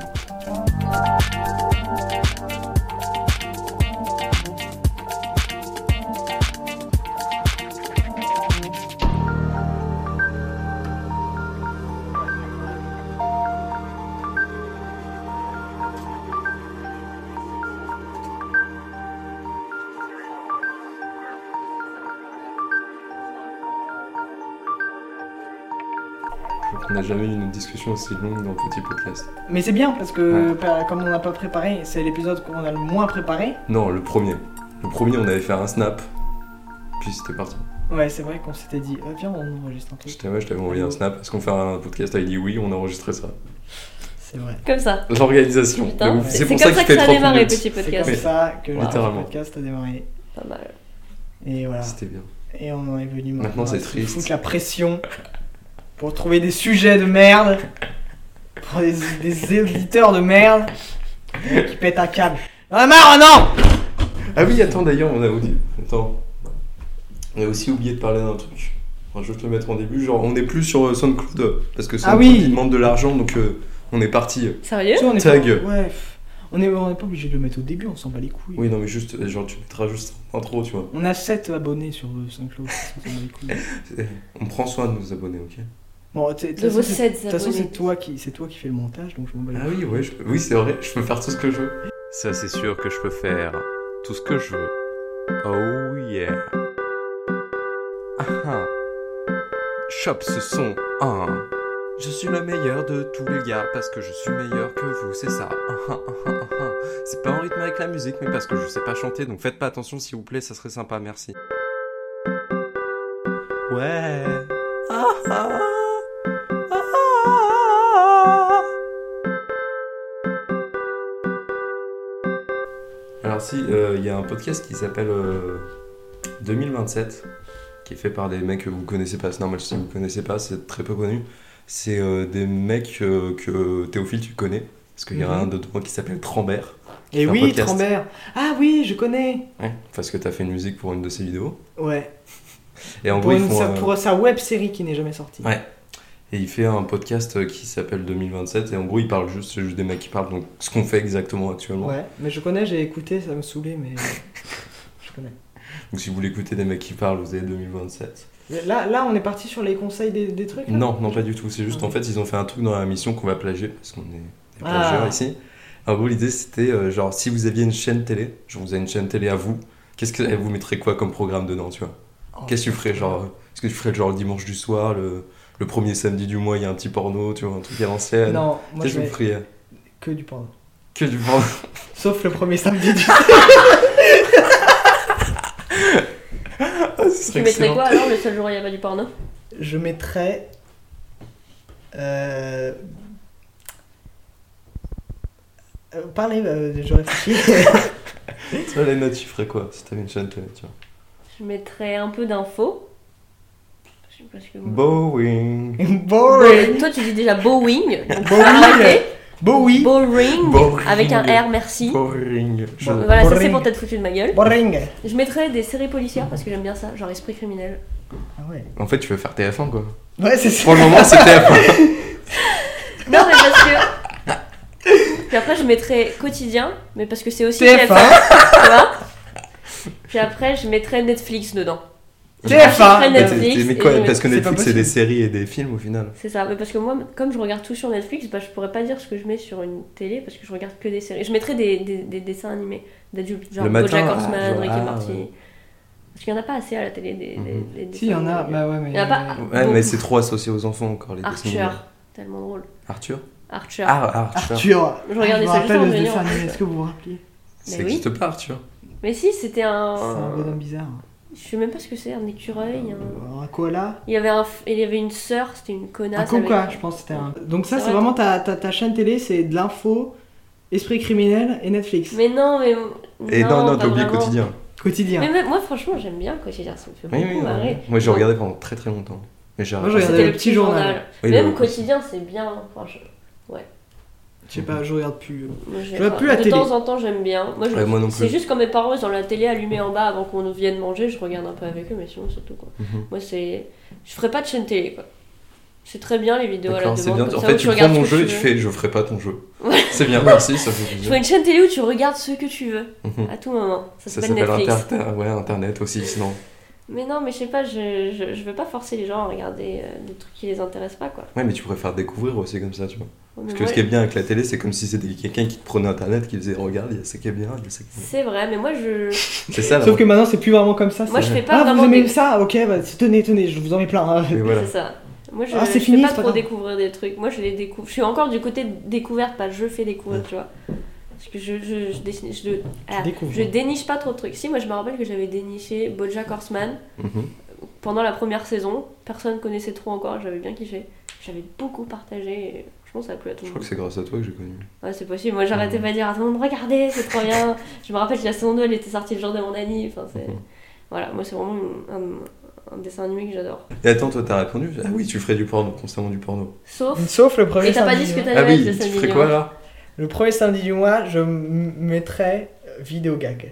Je crois qu'on n'a jamais eu une discussion aussi longue dans Petit Podcast. Mais c'est bien parce que Ouais. bah, comme on n'a pas préparé, c'est l'épisode qu'on a le moins préparé. Non, le premier. Le premier, on avait fait un snap. Puis c'était parti. Ouais, c'est vrai qu'on s'était dit, ah, viens, on enregistre un truc. J'étais ouais, je t'avais envoyé un snap. Est-ce qu'on fait un podcast? Elle dit oui, on a enregistré ça. C'est vrai. Comme ça. L'organisation. Putain, Donc, c'est c'est c'est pour comme ça ça qu'il que fait ça a trente démarré, minutes. petit C'est podcast. comme ça que le Littéralement. podcast a démarré. Pas mal. Et voilà. C'était bien. Et on en est venu Maintenant, c'est à se triste. foutre la pression pour trouver des sujets de merde, pour des, des auditeurs de merde qui pètent un câble. Ah marre, non! Ah oui, attends, d'ailleurs, on a oublié. Attends. On a aussi oublié de parler d'un truc. Enfin, je vais te le mettre en début. Genre, on n'est plus sur euh, SoundCloud. Parce que SoundCloud, oui. il demande de l'argent, donc euh, on est parti. Sérieux? Tu sais, on est Tag. pas- ouais, pff. On est, on est pas obligé de le mettre au début, on s'en bat les couilles. Oui, non, mais juste, genre, tu mettras juste intro, tu vois. On a sept abonnés sur SoundCloud, on s'en bat les couilles. On prend soin de nos abonnés, ok. Bon, de De vos sept toute façon, abonnés. c'est toi, qui, c'est toi qui fais le montage, donc je m'en bats les Ah couilles. oui, ouais, je- oui, c'est vrai, je peux faire tout ce que je veux. Ça, c'est sûr que je peux faire tout ce que je veux. Oh yeah. Ah ah. Chope ce son. Ah. Je suis le meilleur de tous les gars parce que je suis meilleur que vous, c'est ça. Ah ah ah ah ah. C'est pas en rythme avec la musique, mais parce que je sais pas chanter, donc faites pas attention s'il vous plaît, ça serait sympa, merci. Ouais. Ah ah. Ah ah. Alors si, il euh, y a un podcast qui s'appelle euh, deux mille vingt-sept, qui est fait par des mecs que vous connaissez pas, c'est normal si vous connaissez pas, c'est très peu connu. C'est euh, des mecs euh, que Théophile tu connais, parce qu'il y a Mhm. un de toi qui s'appelle Trambert. qui Et fait un oui, podcast. Trambert. Ah oui, je connais. Ouais, parce que t'as fait une musique pour une de ses vidéos. Ouais. Et en Pour, gros, ils une- font sa, un- pour sa web série qui n'est jamais sortie. Ouais. Et il fait un podcast qui s'appelle deux mille vingt-sept, et en gros, il parle juste, c'est juste des mecs qui parlent, donc ce qu'on fait exactement actuellement. Ouais, mais je connais, j'ai écouté, ça me saoulait, mais je connais. Donc si vous voulez écouter des mecs qui parlent, vous avez deux mille vingt-sept. Là, là, on est parti sur les conseils des, des trucs là Non, non, pas du tout. C'est juste, Ah. en fait, ils ont fait un truc dans la mission qu'on va plagier, parce qu'on est des Ah. plagieurs ici. En gros, l'idée, c'était, euh, genre, si vous aviez une chaîne télé, genre, vous avez une chaîne télé à vous, qu'est-ce que vous mettrez quoi comme programme dedans, tu vois? Oh, Qu'est-ce que tu ferais, genre, euh, est-ce que tu ferais, genre, le dimanche du soir, le, le premier samedi du mois, il y a un petit porno, tu vois, un truc à l'ancienne? Non, moi Qu'est-ce je que vous mets feriez? que du porno. Que du porno? Sauf le premier samedi du Ah, ce Tu serait mettrais excellent. quoi alors le seul jour où il n'y a pas du porno? Je mettrais. Euh... euh, parlez, euh, je réfléchis. Toi, Léna, tu ferais quoi si t'avais une chaîne télé, tu vois? Je mettrais un peu d'infos. Je sais pas ce que vous- Boeing. Boring. Toi tu dis déjà Boeing. Donc Boeing. arrêtez. Bowie. Boring. Boring. Avec un R, merci. Boring. Je- Bon. Voilà, ça c'est Boring. pour t'être foutu de ma gueule. Boring. Je mettrais des séries policières parce que j'aime bien ça, genre Esprit criminel. Ah ouais. En fait, tu veux faire T F un, quoi. Ouais, c'est ça. Pour le moment, c'est T F un. Non, mais parce que. Puis après, je mettrais quotidien, mais parce que c'est aussi T F un. tu vois. Puis après, je mettrais Netflix dedans. T F un. Je mettrais Mais Netflix. t'es- mais et quoi, je parce que C'est pas Netflix, c'est possible. des séries et des films au final. C'est ça, mais parce que moi, comme je regarde tout sur Netflix, bah, je pourrais pas dire ce que je mets sur une télé parce que je regarde que des séries. Je mettrais des, des, des dessins animés d'adultes, genre Le matin, BoJack ah, Horseman, genre, Rick et ah, Morty. ouais. Parce qu'il y en a pas assez à la télé des, Mhm. des, des Si, il y en dessins a. animés. Bah ouais, mais. Il y en a pas. Ouais, mais Beaucoup. c'est trop associé aux enfants encore, les dessins animés. Archer, tellement drôle. Arthur Archer. Ah, Arthur. Arthur. Je regardais me ça juste rappelle en le venant, dessin en animé, fait. est-ce que vous vous rappelez? Ça Mais n'existe pas, Arthur. Mais si, c'était un. C'est un bonhomme bizarre. Je sais même pas ce que c'est, un écureuil. Un... Un koala. Il y avait un, f- il y avait une sœur, c'était une Un connasse. coca, avec- je pense que c'était un. Donc ça, C'est c'est vrai. vraiment ta, ta, ta chaîne télé, c'est de l'info, esprit criminel et Netflix. Mais non, mais. Et non, non, pas t'as oublié vraiment. quotidien. Quotidien. Mais même- moi, franchement, j'aime bien quotidien, ça me fait Oui, beaucoup oui, oui. marrer. Moi, j'ai regardé pendant très très longtemps. Mais j'ai Moi, je arrêté. regardais C'était le petit journal. Oui, Même le- quotidien, c'est bien. Enfin, je... Je sais pas, je regarde plus. moi, j'ai- Je vois plus la de télé. temps en temps, j'aime bien. Moi, je- Ouais, moi non c'est plus. juste quand mes parents ils ont la télé allumée en bas avant qu'on vienne manger, je regarde un peu avec eux, mais sinon, c'est tout quoi. Mhm. Moi, c'est. Je ferais pas de chaîne télé quoi. C'est très bien les vidéos à la D'accord, c'est demande. bien. comme En ça, fait, où tu prends regardes mon ce que jeu et tu veux. fais je ferai pas ton jeu. Ouais. C'est bien, merci, ça fait Je plaisir. ferais une chaîne télé où tu regardes ce que tu veux, Mhm. à tout moment. Ça Ça s'appelle s'appelle Netflix. Inter- ouais, Internet aussi, sinon. Mais non, mais je sais pas, je, je, je veux pas forcer les gens à regarder euh, des trucs qui les intéressent pas quoi. Ouais, mais tu pourrais faire découvrir aussi comme ça, tu vois. Ouais, mais Parce que moi- ce qui est bien avec la télé, c'est comme si c'était quelqu'un qui te prenait Internet, qui disait regarde, il y a ça qui est bien, il y a ça qui est bien. C'est vrai, mais moi je. C'est ça, là. Sauf que maintenant, c'est plus vraiment comme ça. Moi c'est- je fais pas Ah, vraiment. vous aimez des- ça? Ok, bah tenez, tenez, je vous en mets plein. hein. Mais voilà. C'est ça. Moi je, Ah, c'est je fini, fais c'est pas pas trop grave. découvrir des trucs. Moi je les découvre. Je suis encore du côté découverte, pas je fais découvrir, Ouais. tu vois. Parce que je, je, je, dessine- je, ah, découvres. je déniche pas trop de trucs. Si, moi je me rappelle que j'avais déniché BoJack Horseman Mhm. pendant la première saison. Personne connaissait trop encore, j'avais bien kiffé. J'avais beaucoup partagé. Et je pense que ça a plu à tout Je le crois monde. que c'est grâce à toi que j'ai connu. Ouais, c'est possible. Moi j'arrêtais pas de dire à tout le monde regardez, c'est trop bien. Je me rappelle que la saison deux elle était sortie le jour de mon anniv. Enfin, c'est... Mhm. Voilà, moi c'est vraiment une- un, un dessin animé que j'adore. Et attends, toi t'as répondu? Ah oui, tu ferais du porno, constamment du porno. Sauf. Sauf le premier Et t'as pas samedi dit ce que du mois. t'allais Ah oui, mettre le tu samedi ferais du quoi mois. là? Le premier samedi du mois, je m- mettrais euh, vidéo gag.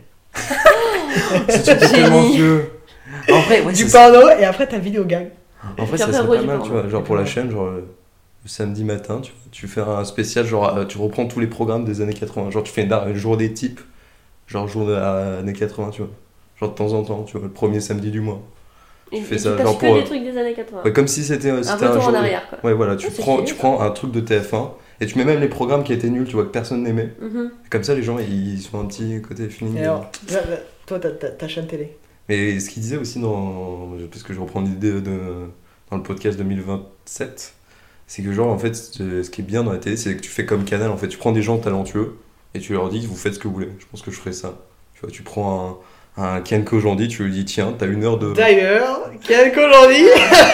C'est tellement vieux. En vrai, ouais, Du c'est- porno et après t'as vidéo gag. En vrai, Puis ça après, serait re pas du mal, porno. tu vois. Genre pour la chaîne, genre. euh, le samedi matin, tu, tu fais un spécial, genre euh, tu reprends tous les programmes des années quatre-vingts. Genre tu fais une, une journée type, genre journée à années quatre-vingts, tu vois. Genre de temps en temps, tu vois, le premier samedi du mois. Et, Tu fais et ça, tu passes genre que pour, des euh, trucs des années quatre-vingts. Ouais, comme si c'était, un c'était un retour en jour. arrière, quoi. Ouais, voilà, tu, Ouais, c'est prends, stylé, tu ça. prends un truc de T F un et tu mets même les programmes qui étaient nuls, tu vois, que personne n'aimait. Mhm. Comme ça, les gens, ils sont un petit côté feeling. Et alors, là, là, toi, t'as, t'as, ta chaîne télé. Mais ce qu'il disait aussi dans. Parce que je reprends l'idée de, dans le podcast deux mille vingt-sept, c'est que, genre, en fait, ce qui est bien dans la télé, c'est que tu fais comme Canal, en fait. Tu prends des gens talentueux et tu leur dis, vous faites ce que vous voulez. Je pense que je ferais ça. Tu vois, tu prends un, un Ken Kojandi, tu lui dis, tiens, t'as une heure de. D'ailleurs, quel qu'aujourd'hui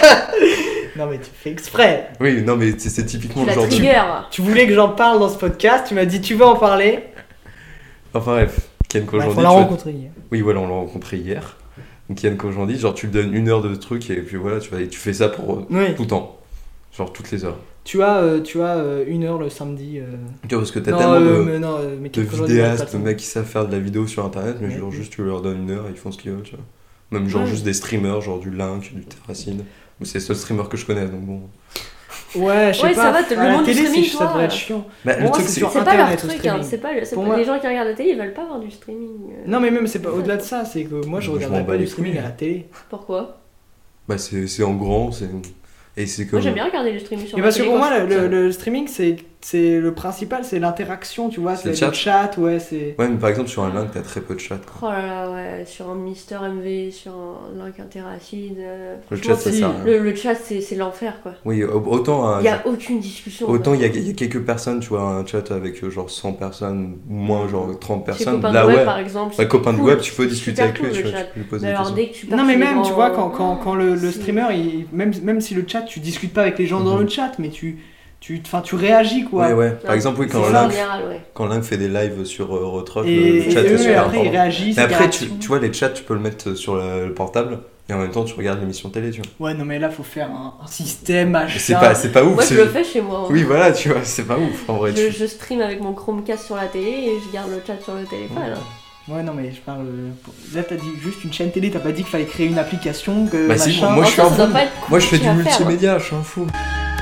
Non, mais tu fais exprès. Oui, non, mais c'est, c'est typiquement Tu le la genre. trigger. Tu voulais que j'en parle dans ce podcast, tu m'as dit, tu veux en parler. Enfin, bref, Ken Bah, Kojandi. faut la tu vois- rencontrer. Oui, voilà, on l'a rencontré hier. Donc Yann Kojandi, genre tu lui donnes une heure de truc et puis voilà, tu, vas, tu fais ça pour euh, Oui. tout le temps. Genre toutes les heures. Tu as, euh, tu as euh, une heure le samedi. Euh... Tu vois, parce que t'as non, tellement euh, de, mais non, euh, mais de quel qu'aujourd'hui, il y a pas vidéastes, de temps. mecs qui savent faire de la vidéo sur internet, mais Oui, genre oui. juste tu leur donnes une heure et ils font ce qu'ils veulent, tu vois. Même genre Ouais. juste des streamers, genre du Link, du Terracine. Mais c'est le seul streamer que je connais, donc bon. Ouais, je sais Ouais, pas. ça va, t'as le à la monde du télé, streaming, c'est- ça toi. devrait être chiant. Bah, Pour le moi, truc, c'est c'est. sur C'est pas leur Internet, au truc, hein. streaming. C'est pas, le- c'est Pour pas- moi- les gens qui regardent la télé, ils veulent pas voir du streaming. euh. Non, mais même, c'est pas au-delà de ça, c'est que moi, je Je regarderais m'en pas bats du les streaming couilles. à la télé. Pourquoi? Bah, c'est, c'est en grand, c'est. Et c'est comme. Moi j'aime bien regarder le streaming sur Mais la parce que télé pour quand moi, je le, suis le, toute le streaming, c'est, c'est le principal, c'est l'interaction, tu vois, C'est c'est le le chat. chat, ouais, c'est. Ouais, mais par exemple, sur un Link, t'as très peu de chat. seule. Quoi. Oh là là, ouais, sur un Mister M V, sur un Link Interacide. euh, Le franchement, chat, ça c'est- sert à rien. le, le chat, c'est, c'est l'enfer quoi. Oui, au- autant. Il y euh, a aucune discussion. Autant quoi. il y, a- il y a quelques personnes, tu vois, un chat avec euh, genre cent personnes, ou moins genre trente Chez personnes. Copain Là, de Web ouais. par exemple. Bah, c'est copain de cool, web, tu peux c'est discuter super avec lui, cool, tu, le vois, chat. tu peux lui poser Mais des alors questions. dès que tu pars Non, mais chez les même, tu grands- vois, quand, quand, quand le, le C'est- streamer, il, même, même si le chat, tu discutes pas avec les gens dans Mhm. le chat, mais tu, tu, enfin, tu réagis, quoi. Ouais, ouais. Par Non, exemple, oui, c'est quand ça, en Link, général, ouais. quand Link fait des lives sur euh, Retrock, Et, le, le chat et est eux, super après, ils important. réagissent. Mais des après, tu, réactions. tu vois, les chats, tu peux le mettre sur le, le portable, et en même temps, tu regardes l'émission télé, tu vois. Ouais, non, mais là, faut faire un, un système, machin. Mais c'est pas, c'est pas ouf. Moi c'est- je le fais chez moi. hein. Oui, voilà, tu vois, c'est pas ouf, en vrai. Je, tu- je stream avec mon Chromecast sur la télé et je garde le chat sur le téléphone. hein. Ouais, non, mais je parle. euh, pour- Là, t'as dit juste une chaîne télé, t'as pas dit qu'il fallait créer une application, que Bah si, machin. moi, je En suis fait, un ça doit bon- pas être Moi, je fais du compliqué à faire, hein. multimédia, je suis un fou.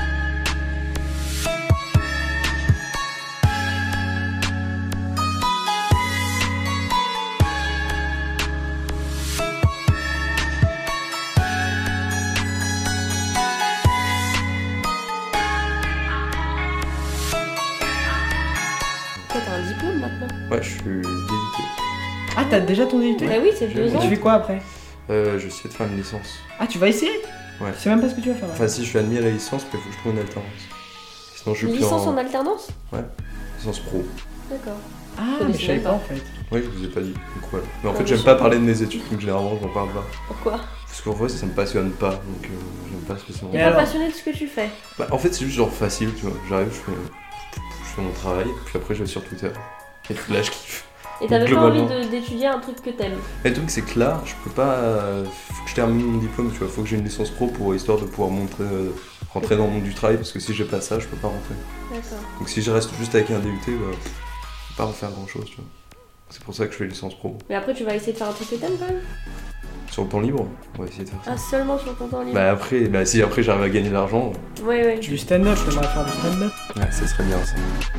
Toi t'as un diplôme maintenant. Ouais, je suis D U T. Ah, t'as déjà ton D U T Bah oui, c'est Je- deux Et ans. tu fais quoi après? Euh, je vais essayer de faire une licence. Ah, tu vas essayer? Ouais. Tu sais même pas ce que tu vas faire. Enfin, si je suis admis à la licence, mais il faut que je trouve une alternance. Sinon, je suis Une plus licence en... en alternance. licence pro. D'accord. Ah, Je mais je savais connaissais pas pas. en fait. Oui, je vous ai pas dit. Donc voilà. Mais en Non, fait, mais j'aime je- pas parler de mes études, donc généralement, j'en parle pas. Pourquoi? Parce qu'en vrai, ça me passionne pas, donc euh, j'aime pas spécialement. T'es Et pas alors passionné de ce que tu fais. Bah, en fait, c'est juste genre facile, tu vois. J'arrive, je fais, je fais mon travail, puis après, je vais sur Twitter. Et là, je kiffe. Et t'avais pas envie Globalement. de- d'étudier un truc que t'aimes. Mais le truc, c'est que là, je peux pas. euh, faut que je termine mon diplôme, tu vois. Faut que j'ai une licence pro pour histoire de pouvoir montrer, euh, rentrer dans le monde du travail, parce que si j'ai pas ça, je peux pas rentrer. D'accord. Donc si je reste juste avec un D U T, bah, je peux pas en faire grand chose, tu vois. C'est pour ça que je fais licence pro. Mais après, tu vas essayer de faire un truc que t'aimes quand même. Sur le temps libre, on va essayer de faire ça. Ah, seulement sur ton temps libre. Bah après, bah si après j'arrive à gagner de l'argent, Ouais, ouais. Du stand-up, j'aimerais faire du stand-up. ouais, ça serait bien ça.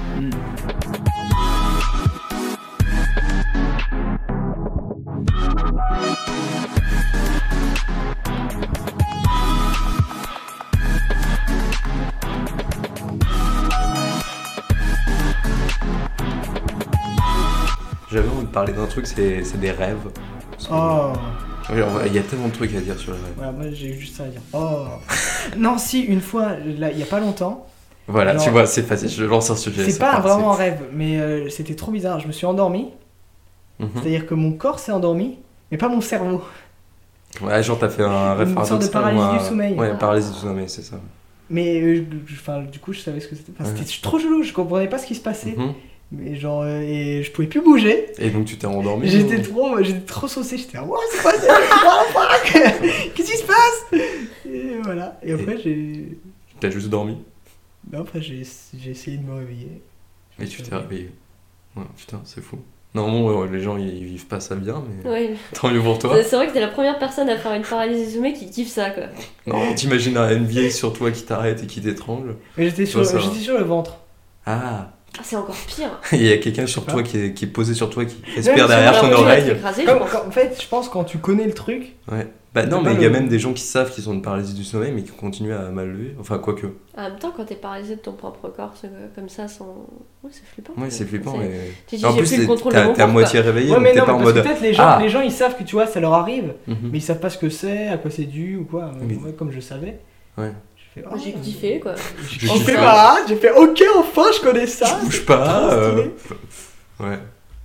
J'avais envie de parler d'un truc, c'est c'est des rêves. Parce que- Oh. Ouais, on va- Il y a tellement de trucs à dire sur les rêves. Voilà, moi j'ai juste ça à dire. Oh. Non, si, une fois, là, il y a pas longtemps, Voilà, Genre- tu vois, c'est facile, je lance un sujet. c'est pas parti. vraiment un rêve, mais euh, c'était trop bizarre. Je me suis endormi, Mhm. c'est-à-dire que mon corps s'est endormi, mais pas mon cerveau. Ouais, genre t'as fait un rêve Une sorte de paradoxal paralysie ou un- du sommeil. Ouais, Ah. paralysie du sommeil, c'est ça. Mais euh, je- je- enfin, du coup, je savais ce que c'était. Enfin, Ouais. C'était trop chelou, je comprenais pas ce qui se passait. Mhm. Mais genre, euh, et je pouvais plus bouger. Et donc tu t'es endormi J'étais ou- trop, j'étais trop saucé, j'étais là, wow, c'est quoi ça? What the fuck? Qu'est-ce qui se passe? Et voilà. Et après, j'ai. T'as juste dormi Non, après, j'ai j'ai essayé de me réveiller. et tu t'es réveillé. Ouais, putain, c'est fou. Non, bon, les gens ils vivent pas ça bien, mais Ouais. tant mieux pour toi. C'est c'est vrai que t'es la première personne à faire une paralysie du sommeil qui kiffe ça, quoi. Non, t'imagines une vieille sur toi qui t'arrête et qui t'étrangle. Mais j'étais sur, Toi, ça j'étais va. sur le ventre. Ah, Ah, c'est encore pire. il y a quelqu'un sur pas. toi qui est, qui est posé sur toi, qui mais respire c'est derrière vrai, ton Alors, moi, je vais oreille. être écrasée, je Comme- pense. comme- en fait, je pense quand tu connais le truc. Ouais. Bah non, T'as mais pas il y a le- même des gens qui savent qu'ils ont une paralysie du sommeil, mais qui continuent à mal lever. Enfin, quoique. En même temps, quand t'es paralysé de ton propre corps, c'est comme ça, sans. Ouais, c'est flippant. Ouais, c'est flippant. C'est- Et... Tu dis, en j'ai plus, plus le t'es contrôle de t'as- mon t'es à corps, moitié quoi. réveillé, Ouais, donc mais t'es non, pas mais en parce mode. que peut-être les gens, Ah les gens ils savent que tu vois, ça leur arrive, Mhm. mais ils savent pas ce que c'est, à quoi c'est dû ou quoi. Mais- Moi, comme je savais. Ouais. J'ai fait, Moi, j'ai oh, kiffé, quoi. J'ai On kiffé. fait pas, j'ai fait ok, enfin je connais ça. Je bouge pas. Trop euh, stylé. Ouais.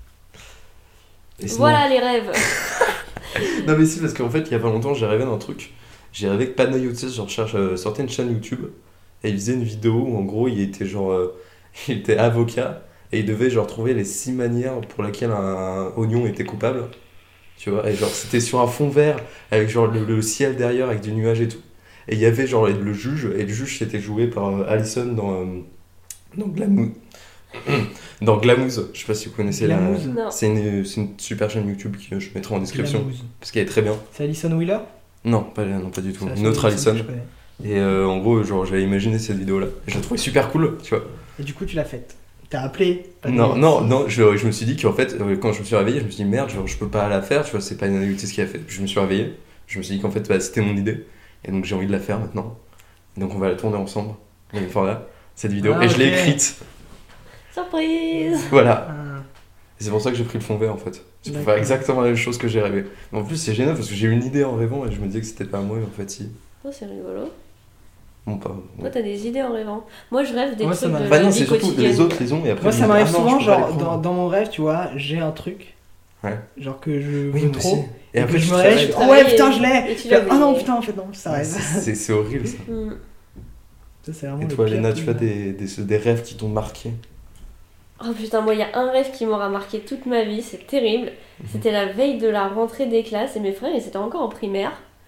Et sinon- Voilà les rêves. Non mais si, parce qu'en fait, il y a pas longtemps, j'ai rêvé d'un truc. J'ai rêvé que Panayotis, genre, cherche, euh, sortait une chaîne YouTube, et il faisait une vidéo où, en gros, il était genre... euh, il était avocat, et il devait, genre, trouver les six manières pour lesquelles un oignon était coupable. Tu vois, et genre, c'était sur un fond vert, avec genre le, le ciel derrière, avec du nuage et tout. Et il y avait, genre, le juge, et le juge, c'était joué par euh, Allison dans... euh, dans Glamour. Dans Glamouze, je sais pas si vous connaissez la... Glamouze. Non. C'est une, c'est une super chaîne YouTube que je mettrai en description, Glamouze. parce qu'elle est très bien. C'est Alison Wheeler. Non, pas, non, pas du tout. C'est la Une seule autre Allison. que je connais. Et euh, en gros, genre, j'avais imaginé cette vidéo-là. Et je la trouvais super cool, tu vois. Et du coup, tu l'as faite. T'as appelé. pas Non, de- non, non, je, je me suis dit qu'en fait, euh, quand je me suis réveillé, je me suis dit merde, genre, je peux pas la faire, tu vois, c'est pas une analyse qui a fait. Puis je me suis réveillé, je me suis dit qu'en fait, bah, c'était mon idée. Et donc j'ai envie de la faire maintenant. Et donc on va la tourner ensemble. Une fois là, cette vidéo. Ah, et je l'ai ok. écrite. Surprise. Voilà. Ah. Et c'est pour ça que j'ai pris le fond vert en fait. C'est pour D'accord. faire exactement la même chose que j'ai rêvé. Mais en plus, c'est génial parce que j'ai eu une idée en rêvant et je me disais que c'était pas moi, mais en fait, si. Oh, c'est rigolo. Bon, pas. Toi, t'as des idées en rêvant. Moi, je rêve des Moi, ça trucs m'a- de Bah la non, vie c'est surtout que quotidienne. les autres les ont et après. Moi, je ça me dis, m'arrive ah non, souvent, je peux pas genre, les dans, prendre. dans mon rêve, tu vois, j'ai un truc. Ouais. Genre que je Oui, veux moi trop. aussi. Et, après, que je tu me te réveille, je réveilles. fais, oh ouais, putain, je Et l'ai. tu Je fais, l'as Ah non, oublié. putain, en fait, non, ça rêve. C'est c'est horrible ça. Hmm. Ça, c'est vraiment Et le toi, pire Léna, truc. tu as des, des, des rêves qui t'ont marqué? Oh putain, moi, il y a un rêve qui m'aura marqué toute ma vie, c'est terrible. C'était la veille de la rentrée des classes et mes frères, ils étaient encore en primaire.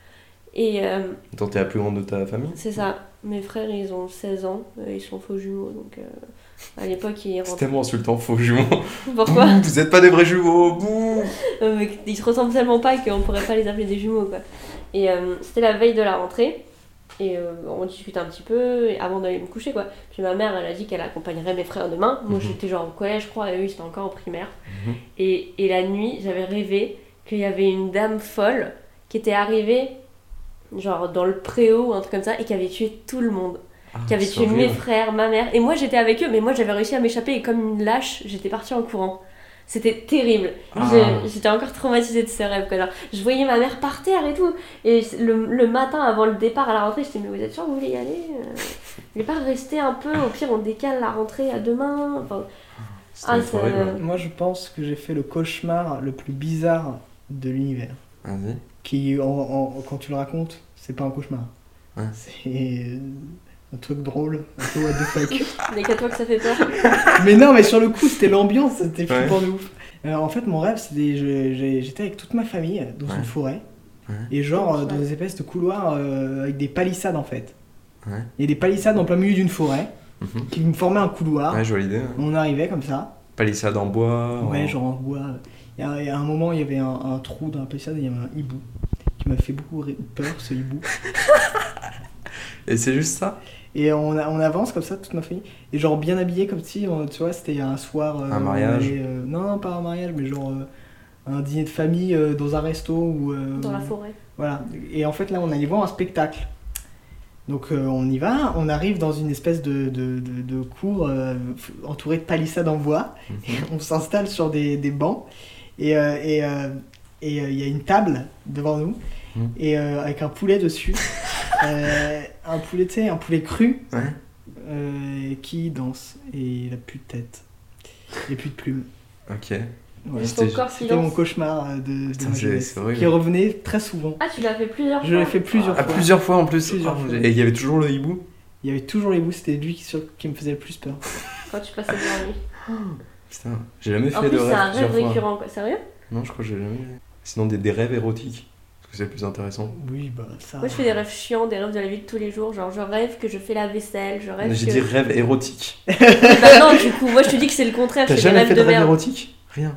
Et euh, Attends, t'es la plus grande de ta famille? c'est ça, mes frères, ils ont seize ans, euh, ils sont faux jumeaux, donc euh, à l'époque, ils C'est rentraient. tellement insultant, faux jumeaux. Pourquoi Bouh, vous êtes pas des vrais jumeaux, bouh. Euh, mais Ils se ressemblent tellement pas qu'on pourrait pas les appeler des jumeaux, quoi. Et euh, c'était la veille de la rentrée. Et euh, on discutait un petit peu et avant d'aller me coucher, quoi. Puis ma mère, elle a dit qu'elle accompagnerait mes frères demain. Moi, Mhm. j'étais genre au collège, je crois, et eux, ils étaient encore en primaire. Mhm. Et, et la nuit, j'avais rêvé qu'il y avait une dame folle qui était arrivée, genre dans le préau ou un truc comme ça, et qui avait tué tout le monde. Ah, Qui avait c'est tué mes horrible. frères, ma mère. Et moi, j'étais avec eux, mais moi, j'avais réussi à m'échapper et comme une lâche, j'étais partie en courant. C'était terrible. Ah. Je- J'étais encore traumatisée de ce rêve. Quoi. Genre, je voyais ma mère par terre et tout. Et le, le matin, avant le départ à la rentrée, j'étais, mais vous êtes sûr que vous voulez y aller euh Vous voulez pas rester un peu? Au pire, on décale la rentrée à demain. Enfin, C'était Ah, c'est- horrible. Moi, je pense que j'ai fait le cauchemar le plus bizarre de l'univers. Vas-y. Qui, en, en- quand tu le racontes, c'est pas un cauchemar. Ouais. C'est euh, un truc drôle, un peu what the fuck. mais qu'à toi que ça fait peur. Mais non, mais sur le coup, c'était l'ambiance, c'était Ouais. flippant de ouf. Alors, en fait, mon rêve, c'était je- j'ai- j'étais avec toute ma famille dans Ouais. une forêt. Ouais. Et genre, euh, Ouais. dans des espèces de couloirs euh, avec des palissades en fait. Ouais. Il y a des palissades en plein milieu d'une forêt Mhm. qui me formaient un couloir. Ouais, jolie idée. hein. On arrivait comme ça. Palissade en bois. Ouais, en- genre en bois. Et à, et à un moment, il y avait un, un trou dans la palissade et il y avait un hibou qui m'a fait beaucoup ré- peur, ce hibou. Et c'est juste ça? Et on, a- on avance comme ça, toute ma famille. Et genre bien habillé comme si, on- tu vois, c'était un soir. euh, Un on mariage. allait, euh, non, non, pas un mariage, mais genre euh, un dîner de famille euh, dans un resto ou. euh, Dans la forêt. Voilà. Et en fait, là, on allait voir un spectacle. Donc, euh, on y va. On arrive dans une espèce de, de, de, de cour euh, f- entourée de palissades en bois. Mhm. On s'installe sur des, des bancs. Et euh, et euh, et, euh, il y a une table devant nous. Mhm. Et euh, avec un poulet dessus. Euh, un poulet, tu sais, un poulet cru. Ouais. euh, qui danse. Et il a plus de tête. Et plus de plumes. Ok. Voilà. Et c'était- ton corps qui C'était mon danse. cauchemar euh, de, de Putain, ma c'est- jeunesse, c'est horrible. qui revenait très souvent. Ah, tu l'as fait plusieurs fois. Je l'ai fait plusieurs À fois. plusieurs fois en plus. Plusieurs Oh, fois. Et il y avait toujours le hibou? Il y avait toujours les bouts, c'était lui qui, sur- qui me faisait le plus peur. Quand tu passais devant lui. Putain, j'ai jamais fait En de plus, rêve c'est un rêve plusieurs fois. récurrent, quoi. Sérieux? Non, je crois que j'ai jamais. Sinon, des, des rêves érotiques. Parce que c'est plus intéressant. Oui, bah ça. Moi, je fais des rêves chiants, des rêves de la vie de tous les jours. Genre, je rêve que je fais la vaisselle, je rêve J'ai que... dit rêve érotique. Bah non, du coup, moi, je te dis que c'est le contraire. T'as Je fais des jamais rêves fait de de rêve merde. érotique? Rien.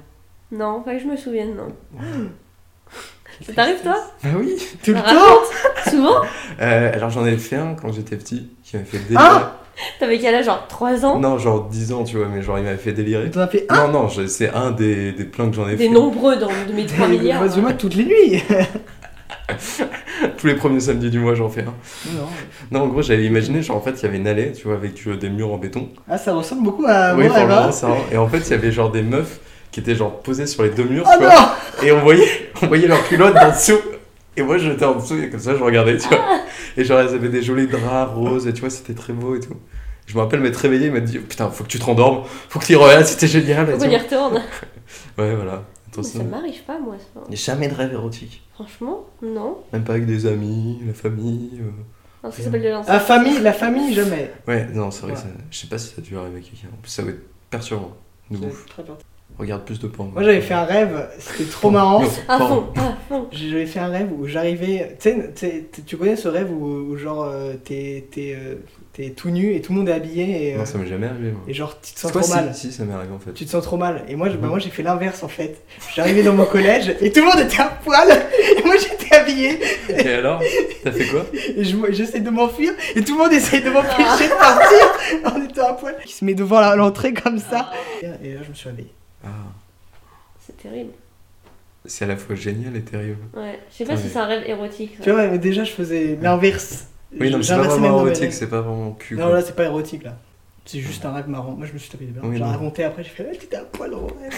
Non, pas que je me souvienne, non. Ça t'arrive toi? Ah oui. Tout le Ça temps. raconte souvent? Euh, alors j'en avais fait un quand j'étais petit qui m'a fait délirer. Ah T'avais quel âge, genre trois ans? Non, genre dix ans, tu vois, mais genre il m'avait fait délirer. T'en as fait un. Non, non, je- c'est un des, des plans que j'en ai Des fait. nombreux dans de mes trois milliards. Vas-y, moi toutes les nuits. Tous les premiers samedis du mois, j'en fais un. Non. Non, en gros, j'avais imaginé, genre en fait, il y avait une allée, tu vois, avec euh, des murs en béton. Ah, ça ressemble beaucoup à Oui, moi, pour le Eva. moment, ça va. Et en fait, il y avait genre des meufs qui étaient genre posées sur les deux murs, Oh tu vois. non. Et on voyait, on voyait leurs culottes en dessous. Et moi, j'étais en dessous, et comme ça, je regardais, tu vois. Et genre, elles avaient des jolis draps roses, et tu vois, c'était très beau et tout. Je me rappelle m'être réveillé, il m'a dit, putain, faut que tu te rendormes, faut que tu y reviennes, c'était génial. et Pourquoi tout. on y retourne? Ouais, voilà. Attends, Mais ça- ça m'arrive pas, moi, ça. Il n'y a jamais de rêve érotique. Franchement, non. Même pas avec des amis, la famille. euh. Non, ça s'appelle de l'inceste. La famille, la famille, jamais. Ouais, non, c'est vrai, Ouais. que ça... je sais pas si ça a dû arriver à quelqu'un. En plus, ça va être perturbant. De ouf. Très bien. Regarde plus de porn. Moi, j'avais fait un rêve, c'était trop marrant. Non, À porn. fond, à fond. J'avais fait un rêve où j'arrivais. Tu sais, t'es- t'es- tu connais ce rêve où, où genre euh, t'es t'es, euh, t'es tout nu et tout le monde est habillé et, euh, Non, ça m'est jamais arrivé, moi. et genre tu te sens Quoi, trop si, mal. si, ça m'est arrivé en fait. Tu te sens trop mal. Et moi, je- bah, Mhm. moi j'ai fait l'inverse en fait. J'arrivais dans mon collège et tout le monde était à poil et moi j'étais habillé Et alors T'as fait quoi et je- j'essaie de m'enfuir et tout le monde essaye de m'empêcher de partir en étant à poil. Il se met devant la- l'entrée comme ça. Et là, je me suis réveillé. Ah, C'est terrible. c'est à la fois génial et terrible. Ouais. Je sais pas Ouais. si c'est un rêve érotique. ça. Tu vois, mais déjà je faisais l'inverse. Oui, non, mais c'est pas J'inversais vraiment même dans mes érotique, rêves. c'est pas vraiment cul. Non, quoi. là c'est pas érotique là. C'est juste un rêve marrant. Moi je me suis tapé des barres. Oui, J'ai non. raconté après, j'ai fait, ah, t'étais à poil en rêve.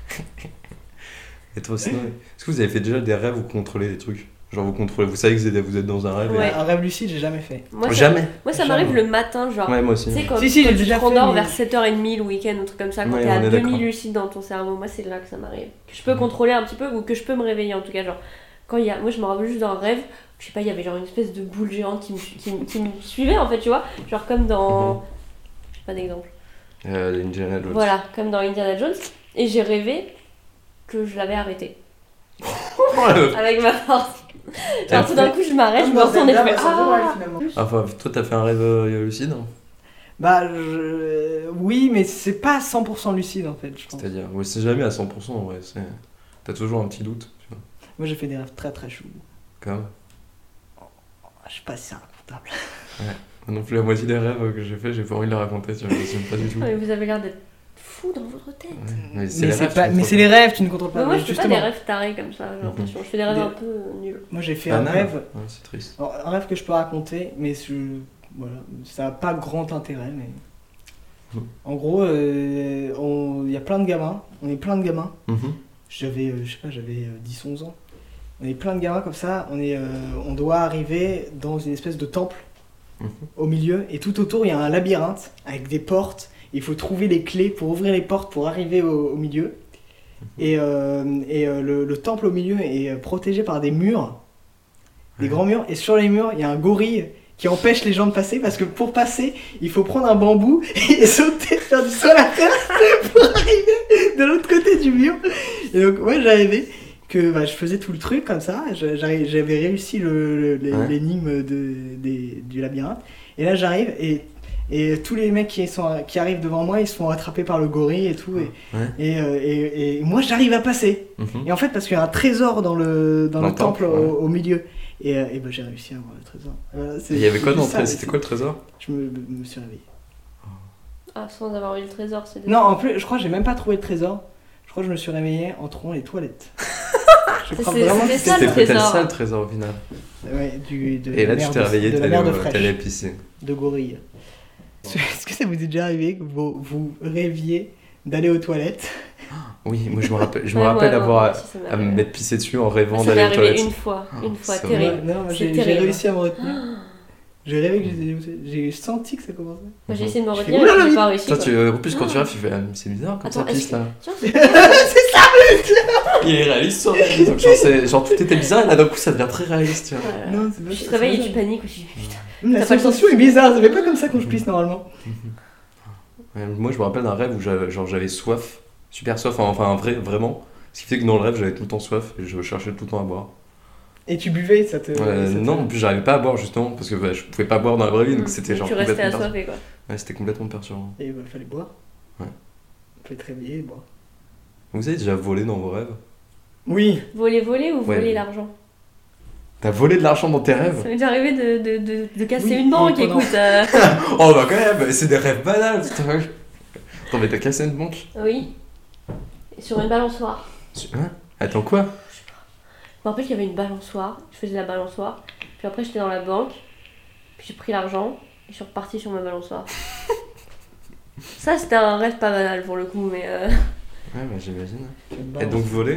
Et toi, sinon, est-ce que vous avez fait déjà des rêves où vous contrôlez des trucs Genre, vous contrôlez, vous savez que vous êtes- vous êtes dans un rêve et- Ouais. Un rêve lucide, j'ai jamais fait. Moi, ça, Jamais moi, ça Jamais. m'arrive le matin, genre. Ouais, moi aussi. Tu sais, quand, Si, si, quand j'ai tu déjà te fait, rendors mais- vers sept heures trente le week-end, un truc comme ça, quand Ouais, t'es on à est d'accord. demi-lucide dans ton cerveau, moi c'est là que ça m'arrive. Que je peux contrôler un petit peu ou que je peux me réveiller en tout cas. Genre, quand il y a. Moi je me rappelle juste d'un rêve, je sais pas, il y avait genre une espèce de boule géante qui me, qui, me- qui me suivait en fait, tu vois. Genre comme dans. Mhm. Je sais pas d'exemple. Euh, Indiana Jones. Voilà, comme dans Indiana Jones. Et j'ai rêvé que je l'avais arrêté. Oh, la- Avec ma force. T'as Genre tout d'un coup je m'arrête, je me retourne et je fais Ah Enfin, toi, t'as fait un rêve euh, lucide hein Bah, je... oui, mais c'est pas cent pour cent lucide en fait, je pense. C'est-à-dire, ouais, c'est jamais à cent pour cent en vrai. c'est- T'as toujours un petit doute, tu vois. Moi j'ai fait des rêves très très chauds. Comme. Je sais pas si c'est racontable. Moi non plus, la moitié des rêves que j'ai fait, j'ai pas envie de les raconter, tu vois. Je sais pas du tout. Mais vous avez l'air d'être fou dans votre tête. Ouais, mais Mais c'est les c'est rêves. pas... tu mais comprends c'est les rêves, tu ne contrôles pas. Mais moi Mais je fais pas justement, des rêves tarés comme ça, j'ai l'impression. Je fais des rêves Des- un peu euh, nuls. moi j'ai fait pas. un Banal. rêve. Ouais, c'est triste. Alors, un rêve que je peux raconter, mais je... voilà, ça n'a pas grand intérêt. Mais... Mhm. En gros, euh, on- il y a plein de gamins, on est plein de gamins. Mhm. J'avais, euh, je sais pas, j'avais euh, dix onze ans. On est plein de gamins comme ça, on, est, euh, on doit arriver dans une espèce de temple Mhm. au milieu, et tout autour il y a un labyrinthe avec des portes. Il faut trouver les clés pour ouvrir les portes pour arriver au, au milieu. Et, euh, et euh, le, le temple au milieu est euh, protégé par des murs, des Ouais. grands murs, et sur les murs il y a un gorille qui empêche les gens de passer parce que pour passer il faut prendre un bambou et sauter, faire du saut à la terre pour arriver de l'autre côté du mur. Et donc moi j'arrivais que bah, je faisais tout le truc comme ça, je- j'arri- j'avais réussi le- le- les- Ouais. l'énigme de, des- du labyrinthe, et là j'arrive et, et tous les mecs qui, sont, qui arrivent devant moi ils se font rattraper par le gorille et tout, et, Ouais. et, euh, et- et moi j'arrive à passer. Mhm. Et en fait, parce qu'il y a un trésor dans le, dans Dans le le temple, temple, au, ouais. au milieu. Et, euh, et ben, j'ai réussi à avoir le trésor. Voilà, c'est- Il y avait quoi c'est dans juste ça, le mais C'était c'est- quoi le trésor Je me, me suis réveillé. Ah, sans avoir eu le trésor, c'est Non, en plus, je crois que j'ai même pas trouvé le trésor. Je crois que je me suis réveillé en trouvant les toilettes. Je crois C'est- vraiment que c'était c'était ça, le C'était peut-être trésor. ça le trésor au final. ouais, du, de Et la là, tu mer t'es de- réveillé, de la t'allais mer de au- fraîche, t'allais pisser. de gorille. Est-ce que ça vous est déjà arrivé que vous, vous rêviez d'aller aux toilettes? Oui, moi je me rappelle, je me Ouais, rappelle moi, avoir moi aussi, ça m'est à me arrivé. mettre pisser dessus en rêvant Ça m'est d'aller aux arrivé toilettes. une fois, Ah, une fois, c'est terrible. Ouais, non, moi, C'est j'ai j'ai terrible. réussi à me retenir. J'ai rêvé que j'étais. J'ai senti que ça commençait. Moi j'ai essayé de me Je fais, retenir et oulala, j'ai pas réussi. Toi, quoi. tu, en plus, quand tu rêves, tu fais ah, mais c'est bizarre quand Attends, ça est-ce pisse que- là. Tiens, c'est- C'est ça. Il est réaliste sur réaliste. Donc, genre, c'est- genre, tout était bizarre et là d'un coup ça devient très réaliste. Tu vois. Voilà. Non, c'est pas Tu ça, te c'est réveilles pas et tu ça. paniques aussi. Putain. La T'as pas le sensation sens. est bizarre, ça fait pas comme ça quand je pisse normalement. Ouais, moi je me rappelle d'un rêve où j'avais, genre, j'avais soif, super soif, enfin un vrai, vraiment. Ce qui fait que dans le rêve j'avais tout le temps soif et je cherchais tout le temps à boire. Et tu buvais, ça te. Euh, ça te- non, en plus j'arrivais pas à boire justement parce que bah, je pouvais pas boire dans la vraie vie donc Mm. c'était genre Tu restais complètement perturbant. assoiffé quoi. Ouais, c'était complètement perturbant. Et bah, fallait boire. Ouais. Fallait te réveiller et boire. Vous avez déjà volé dans vos rêves? Oui. Voler, voler ou Ouais. voler l'argent? T'as volé de l'argent dans tes Ça rêves? m'est déjà arrivé de, de, de, de casser Oui, une banque, pendant- écoute. euh, Oh bah quand même, c'est des rêves banals, putain. Attends, mais t'as cassé une banque? Oui. Et sur une balançoire. Hein? Attends, quoi? Je me rappelle qu'il y avait une balançoire. Je faisais la balançoire. Puis après, j'étais dans la banque. Puis j'ai pris l'argent. Et je suis repartie sur ma balançoire. Ça, c'était un rêve pas banal pour le coup, mais euh, Ouais, bah j'imagine. Et donc voler?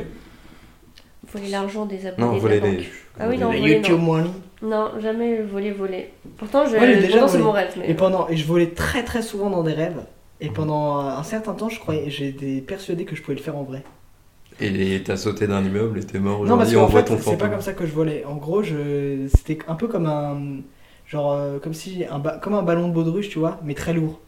voler l'argent des abonnés Non, de voler la les... banque. Ah oui, non. La voler, YouTube non. Money. Non, jamais voler, voler. Pourtant, je... Moi, j'ai déjà pourtant c'est volé. mon rêve. Mais... Et pendant, et je volais très très souvent dans des rêves. Et pendant un certain temps, je croyais, j'étais persuadé que je pouvais le faire en vrai. Et les- t'as sauté d'un immeuble et t'es mort Non, parce aujourd'hui, on qu'en voit fait, ton c'est pas fantôme. comme ça que je volais. En gros, je, c'était un peu comme un, genre, euh, comme si un, ba- comme un ballon de baudruche, tu vois, mais très lourd.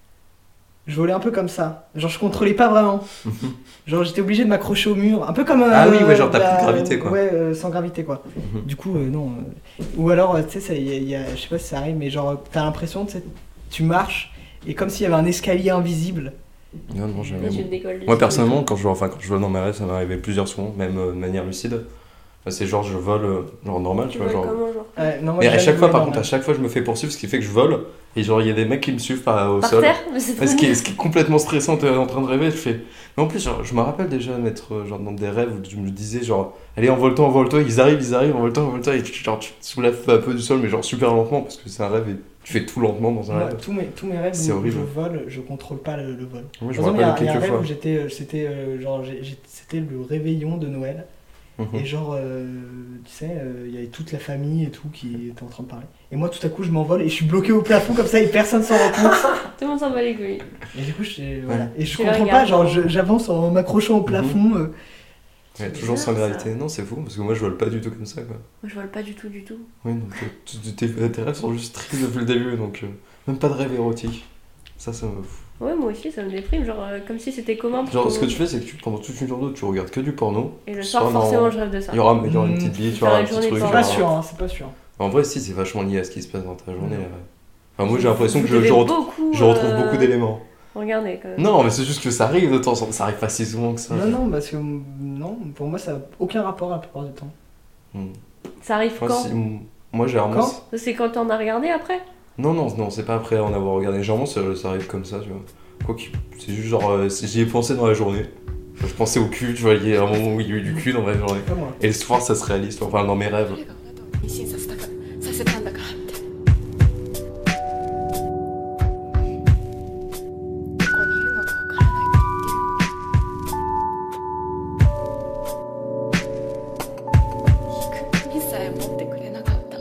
Je volais un peu comme ça. Genre, je contrôlais pas vraiment. Genre, j'étais obligé de m'accrocher au mur, un peu comme. Ah euh, oui, ouais, genre, t'as bah, plus de gravité, quoi. Ouais, euh, sans gravité, quoi. Mhm. Du coup, euh, non. euh, Ou alors, euh, tu sais, ça, y a- y a- je sais pas si ça arrive, mais genre, t'as l'impression, tu sais, tu marches et comme s'il y avait un escalier invisible. Non, non, jamais. Et tu te décolles dessus. Moi personnellement, quand je, enfin, quand je vole dans mes rêves, ça m'est arrivé plusieurs fois, même euh, de manière lucide. Enfin, c'est genre je vole euh, genre normal, tu Tu vois, voles genre. comment, genre Ouais, non, moi, Mais j'ai à jamais chaque fois, volé par dans contre, ma- à chaque fois, je me fais poursuivre, ce qui fait que je vole et genre il y a des mecs qui me suivent par, au Par sol. terre? Mais c'est trop Ce qui, est, bien. ce qui est complètement stressant, t'es en train de rêver, je fais. Mais en plus, genre, je me rappelle déjà d'être euh, genre dans des rêves où je me disais genre, allez, envole-toi, envole-toi, ils arrivent, ils arrivent, envole-toi, envole-toi, et tu, genre tu te soulèves un peu du sol, mais genre super lentement parce que c'est un rêve et tu fais tout lentement dans un Moi, rêve. tous, mes, tous mes rêves C'est où horrible. je vole, je contrôle pas le, le vol. Moi, je Par me exemple, il y a, rappelle il y a un quelques rêve fois. où j'étais, euh, c'était euh, genre, j'ai- j'ai- c'était le réveillon de Noël. Mhm. Et genre, euh, tu sais, euh, il y avait toute la famille et tout qui était en train de parler. Et moi, tout à coup, je m'envole et je suis bloqué au plafond comme ça et personne s'en rend compte. Tout le monde s'en bat les couilles. Et du coup, je, voilà. Et je Tu le comprends regardes, pas, genre, hein. je- j'avance en m'accrochant au plafond. euh. Ouais, toujours sans bizarre, gravité. Non, c'est fou parce que moi je vole pas du tout comme ça quoi. Moi, je vole pas du tout, du tout. Oui, donc euh, tu- tu- tes, tes rêves sont juste tristes depuis le début donc euh, même pas de rêve érotique. Ça, ça me fout. Ouais, moi aussi, ça me déprime. Genre, euh, comme si c'était commun. pour Genre, tout ce le que monde. tu fais, c'est que tu, pendant toute une journée, tu regardes que du porno. Et le tu soir, seras dans- forcément, je rêve de ça. Il y aura, il y aura une Hmm, petite vie, tu faire auras un une petit journée truc. de C'est porno. pas genre- sûr, hein, c'est pas sûr. En vrai, si, c'est vachement lié à ce qui se passe dans ta journée. Non. ouais. Enfin, moi, j'ai l'impression que Vous je, devez je retrouve, beaucoup, je retrouve euh, beaucoup d'éléments. Regardez, quand même. Non, mais c'est juste que ça arrive de temps en temps. Ça arrive pas si souvent que ça. Non, non, parce que non, pour moi, ça n'a aucun rapport la plupart du temps. Hmm. Ça arrive Moi, quand si- moi, généralement. Quand c'est- C'est quand t'en as regardé après? Non, non, non, c'est pas après en avoir regardé. Généralement, ça, ça arrive comme ça, tu vois. Quoi qu'il- c'est juste genre, euh, c'est- j'y ai pensé dans la journée. Enfin, je pensais au cul, tu vois, il y a un moment où il y a eu du cul dans la journée. Pas moi. Et le soir, ça se réalise, enfin, dans mes rêves. 誰があなたを妊娠させたかさせたんだからってどこにいるのかわからないと言ってるのに引く耳さえ持ってくれなかった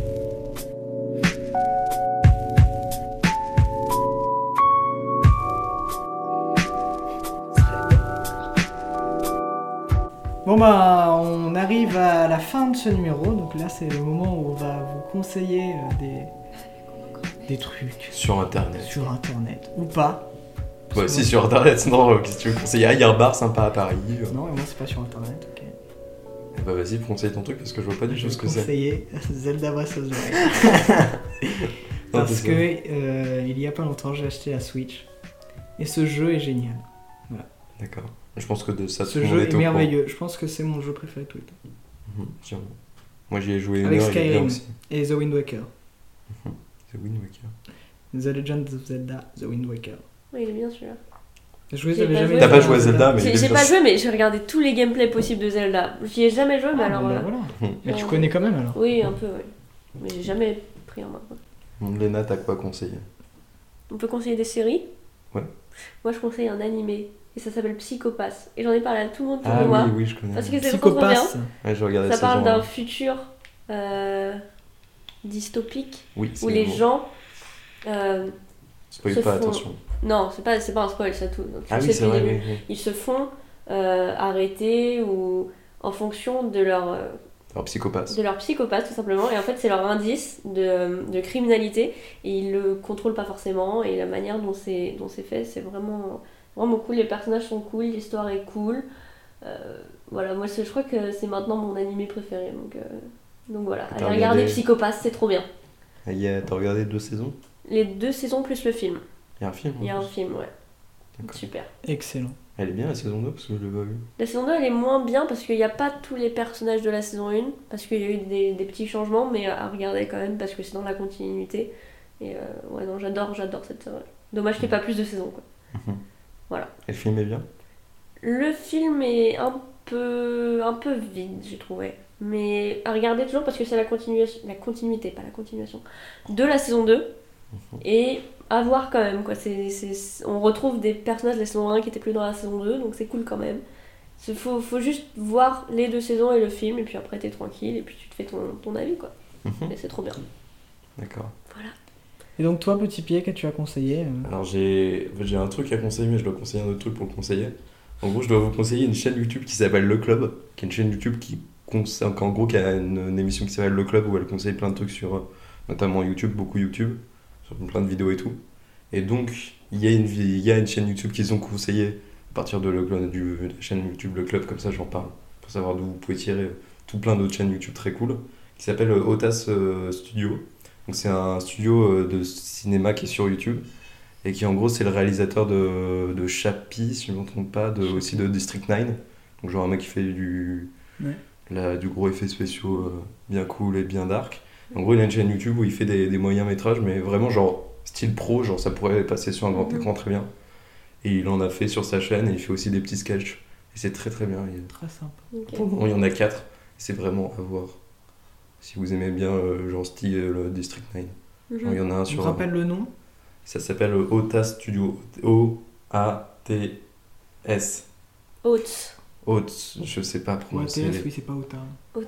Bon bah on arrive à la fin de ce numéro, donc là c'est le moment où on va vous conseiller euh, des, des trucs Sur internet. sur internet, ou pas. Ouais, si, sur internet, non, euh, qu'est-ce que tu veux conseiller? Ah, il y a un bar sympa à Paris. euh. Non, et moi c'est pas sur internet, ok. Eh bah, vas-y, conseille ton truc parce que je vois pas du Je tout vais ce que c'est. conseiller Zelda Breath of the Wild. Non, Parce c'est que ça. euh, il y a pas longtemps j'ai acheté la Switch. Et ce jeu est génial. D'accord. Je pense que de ça, Ce tout le monde jeu est est au courant. merveilleux. Je pense que c'est mon jeu préféré de tout le temps. Mhm, sûrement. Moi, j'y ai joué une Avec heure, il est bien Skyrim. aussi. Et The Wind Waker. C'est Wind Waker. The Legend of Zelda, The Wind Waker. Oui, il est bien celui-là. Joué, J'ai j'avais pas jamais joué. T'as pas joué joué à Zelda, mais il J'ai est j'ai bien pas sûr. joué, mais j'ai regardé tous les gameplays possibles de Zelda. J'y ai jamais joué, mais Ah, alors. bon, bah, euh, voilà. Mhm. Mais tu Ouais. connais quand même alors. Oui, un peu, oui. Mais j'ai jamais pris en main. quoi. Bon, Léna, t'as quoi conseiller? On peut conseiller des séries. Ouais. Moi, je conseille un animé. Et ça s'appelle Psychopass. Et j'en ai parlé à tout le monde autour Ah de moi. oui, oui, je connais. Parce que c'est trop trop bien. Psychopath. Ouais, je regardais Ça saison parle d'un un. futur euh, dystopique Oui, où c'est les bon. gens. euh, Spoil se pas, font- attention. non, c'est pas, c'est pas un spoil, ça tout. Donc, tu Ah sais oui, c'est depuis vrai, le début. oui, oui. Ils se font euh, arrêter ou en fonction de leur, euh, Alors, psychopathe. de leur psychopathe tout simplement. Et en fait, c'est leur indice de, de criminalité et ils le contrôlent pas forcément. Et la manière dont c'est, dont c'est fait, c'est vraiment, vraiment cool. Les personnages sont cool, l'histoire est cool. Euh, voilà, moi c'est- je crois que c'est maintenant mon animé préféré. Donc, euh, donc voilà, T'as allez regardé- regarder Psychopath, c'est trop bien. Et y a- T'as regardé deux saisons? Les deux saisons plus le film. Il y a un film Il y a en un plus. film, ouais. D'accord. Super. Excellent. Elle est bien la saison deux parce que je l'ai pas vue. La saison deux elle est moins bien parce qu'il n'y a pas tous les personnages de la saison un, parce qu'il y a eu des, des petits changements, mais à regarder quand même parce que c'est dans la continuité. Et euh, ouais, non, j'adore, j'adore cette série. Dommage qu'il n'y ait pas plus de saisons, quoi. Mm-hmm. Voilà. Et le film est bien? Le film est un peu, un peu vide, j'ai trouvé. Mais à regarder toujours parce que c'est la continuation, la continuité, pas la continuation, de la saison deux. Mm-hmm. Et à voir quand même, quoi. C'est, c'est, on retrouve des personnages de la saison un qui étaient plus dans la saison deux, donc c'est cool quand même. Il faut, faut juste voir les deux saisons et le film, et puis après t'es tranquille, et puis tu te fais ton, ton avis, quoi. Mm-hmm. Et c'est trop bien. D'accord. Voilà. Et donc toi, Petit Pied, qu'est-ce que tu as conseillé? Alors j'ai, j'ai un truc à conseiller, mais je dois conseiller un autre truc pour le conseiller. En gros, je dois vous conseiller une chaîne YouTube qui s'appelle Le Club, qui est une chaîne YouTube qui, en gros, qui a une, une émission qui s'appelle Le Club, où elle conseille plein de trucs sur, notamment YouTube, beaucoup YouTube, sur plein de vidéos et tout. Et donc, il y a une, il y a une chaîne YouTube qu'ils ont conseillée à partir de, le, du, de la chaîne YouTube Le Club, comme ça j'en parle, pour savoir d'où vous pouvez tirer tout plein d'autres chaînes YouTube très cool, qui s'appelle Otas Studio. Donc c'est un studio de cinéma qui est sur YouTube, et qui en gros c'est le réalisateur de, de Chappie, si je ne me trompe pas, de, aussi de District neuf. Donc genre un mec qui fait du, ouais. la, du gros effets spéciaux euh, bien cool et bien dark. En gros il a une chaîne YouTube où il fait des, des moyens métrages, mais vraiment genre style pro, genre ça pourrait passer sur un grand écran très bien. Et il en a fait sur sa chaîne, et il fait aussi des petits sketchs. Et c'est très très bien. Il... Très sympa. Okay. Pour le moment il y en a quatre, c'est vraiment à voir. Si vous aimez bien euh, genre style euh, le District neuf. Mm-hmm. Genre, il y en a un sur... Tu te rappelles le nom? Ça s'appelle Otas Studio. O A T S. Oats. Oats, je sais pas prononcer. O A T S, oui, c'est pas Ota.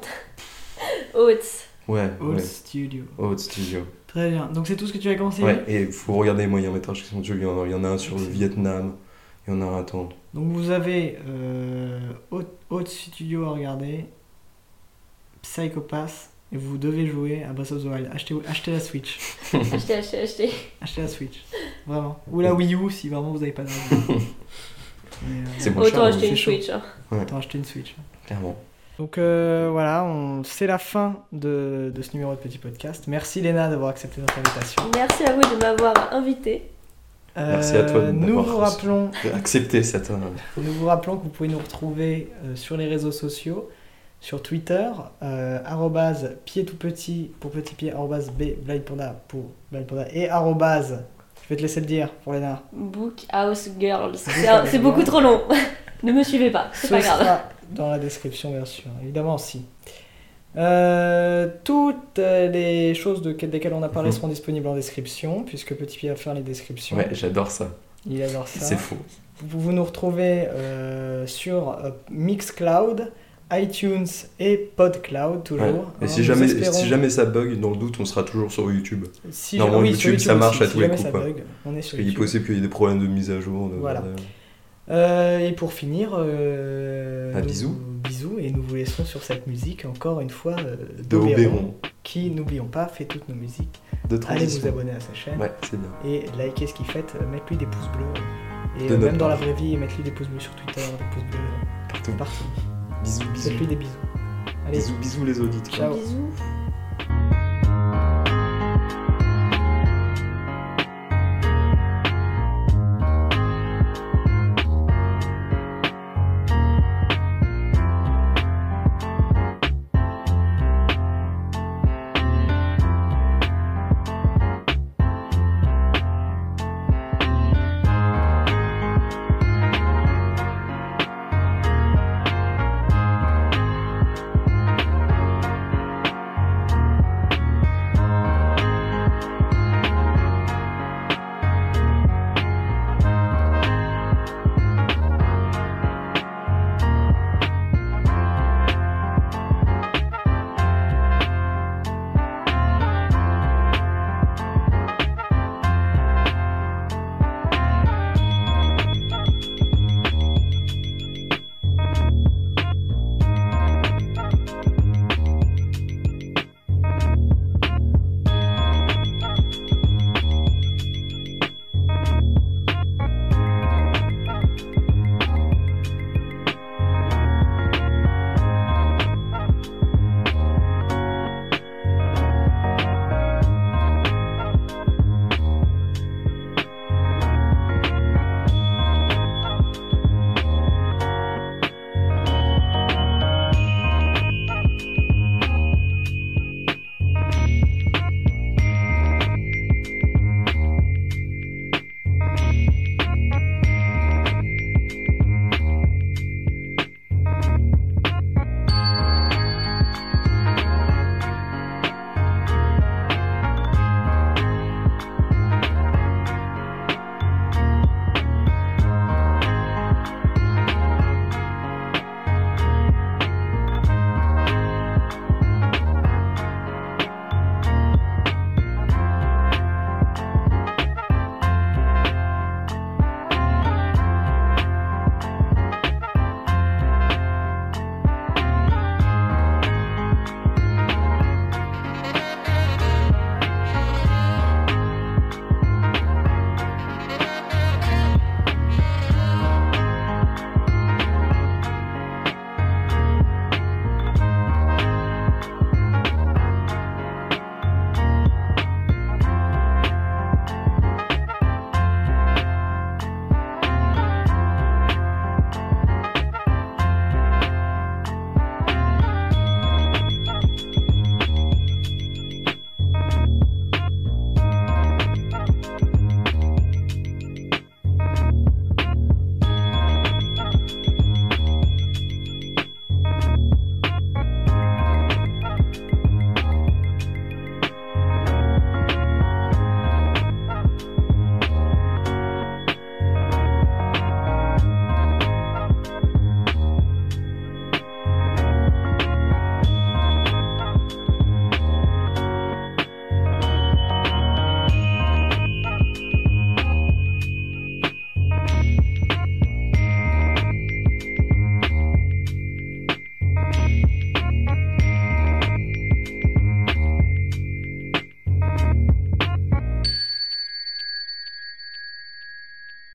Oats. Ouais. Oats ouais. Studio. Oats Studio. Très bien. Donc c'est tout ce que tu as conseillé? Ouais, et il faut regarder les moyens métrages qui sont dessus. Il y en a, il y en a un sur le Vietnam. Il y en a un, attends. Donc vous avez euh, Oats Studio à regarder, Psycho Pass, et vous devez jouer à Breath of the Wild. Achetez, achetez la Switch. Achetez, achetez, achetez. Achetez la Switch. Vraiment. Ou la Wii U si vraiment vous n'avez pas d'argent. Mais, euh, c'est bon. Autant acheter c'est une chaud. Switch. Hein. Ouais. Autant acheter une Switch. Clairement. Donc euh, voilà, on... c'est la fin de, de ce numéro de petit podcast. Merci Léna d'avoir accepté notre invitation. Merci à vous de m'avoir invité. Euh, Merci à toi de nous vous rappelons, accepté cette. Nous vous rappelons que vous pouvez nous retrouver euh, sur les réseaux sociaux, sur Twitter, euh, arrobase pied tout petit pour petit pied, arrobase b blind panda pour blind panda et arrobase, je vais te laisser le dire pour Léna. Book House Girls. C'est, un, c'est beaucoup trop long. Ne me suivez pas, c'est Ce pas grave. sera dans la description bien sûr, évidemment si. Euh, toutes les choses de, desquelles on a parlé mmh. seront disponibles en description, puisque Petit Pied va faire les descriptions. Ouais, j'adore ça. Il adore ça. C'est faux. Vous, vous nous retrouvez euh, sur euh, Mixcloud, iTunes et PodCloud toujours. Ouais. Et hein, si, jamais, espérons... si jamais ça bug, dans le doute, on sera toujours sur YouTube. Si Normalement, oui, YouTube, YouTube ça marche aussi, à tous si les jamais coups. Ça Quoi. bug, on est sur Parce qu'il est possible qu'il y ait des problèmes de mise à jour. De... Voilà. Euh, et pour finir, euh, ah, nous, bisous. bisous, et nous vous laissons sur cette musique, encore une fois, euh, d'Oberon, qui, n'oublions pas, fait toutes nos musiques. De Allez vous abonner à sa chaîne. Ouais, c'est bien. Et likez ce qu'il fait, mettre-lui des pouces bleus. Et de euh, même dans part. la vraie vie, mettre-lui des pouces bleus sur Twitter, des pouces bleus partout. partout. Bisous, bisous. Faites-lui des bisous. Allez. Bisous, bisous les auditeurs. Ciao. Bisous.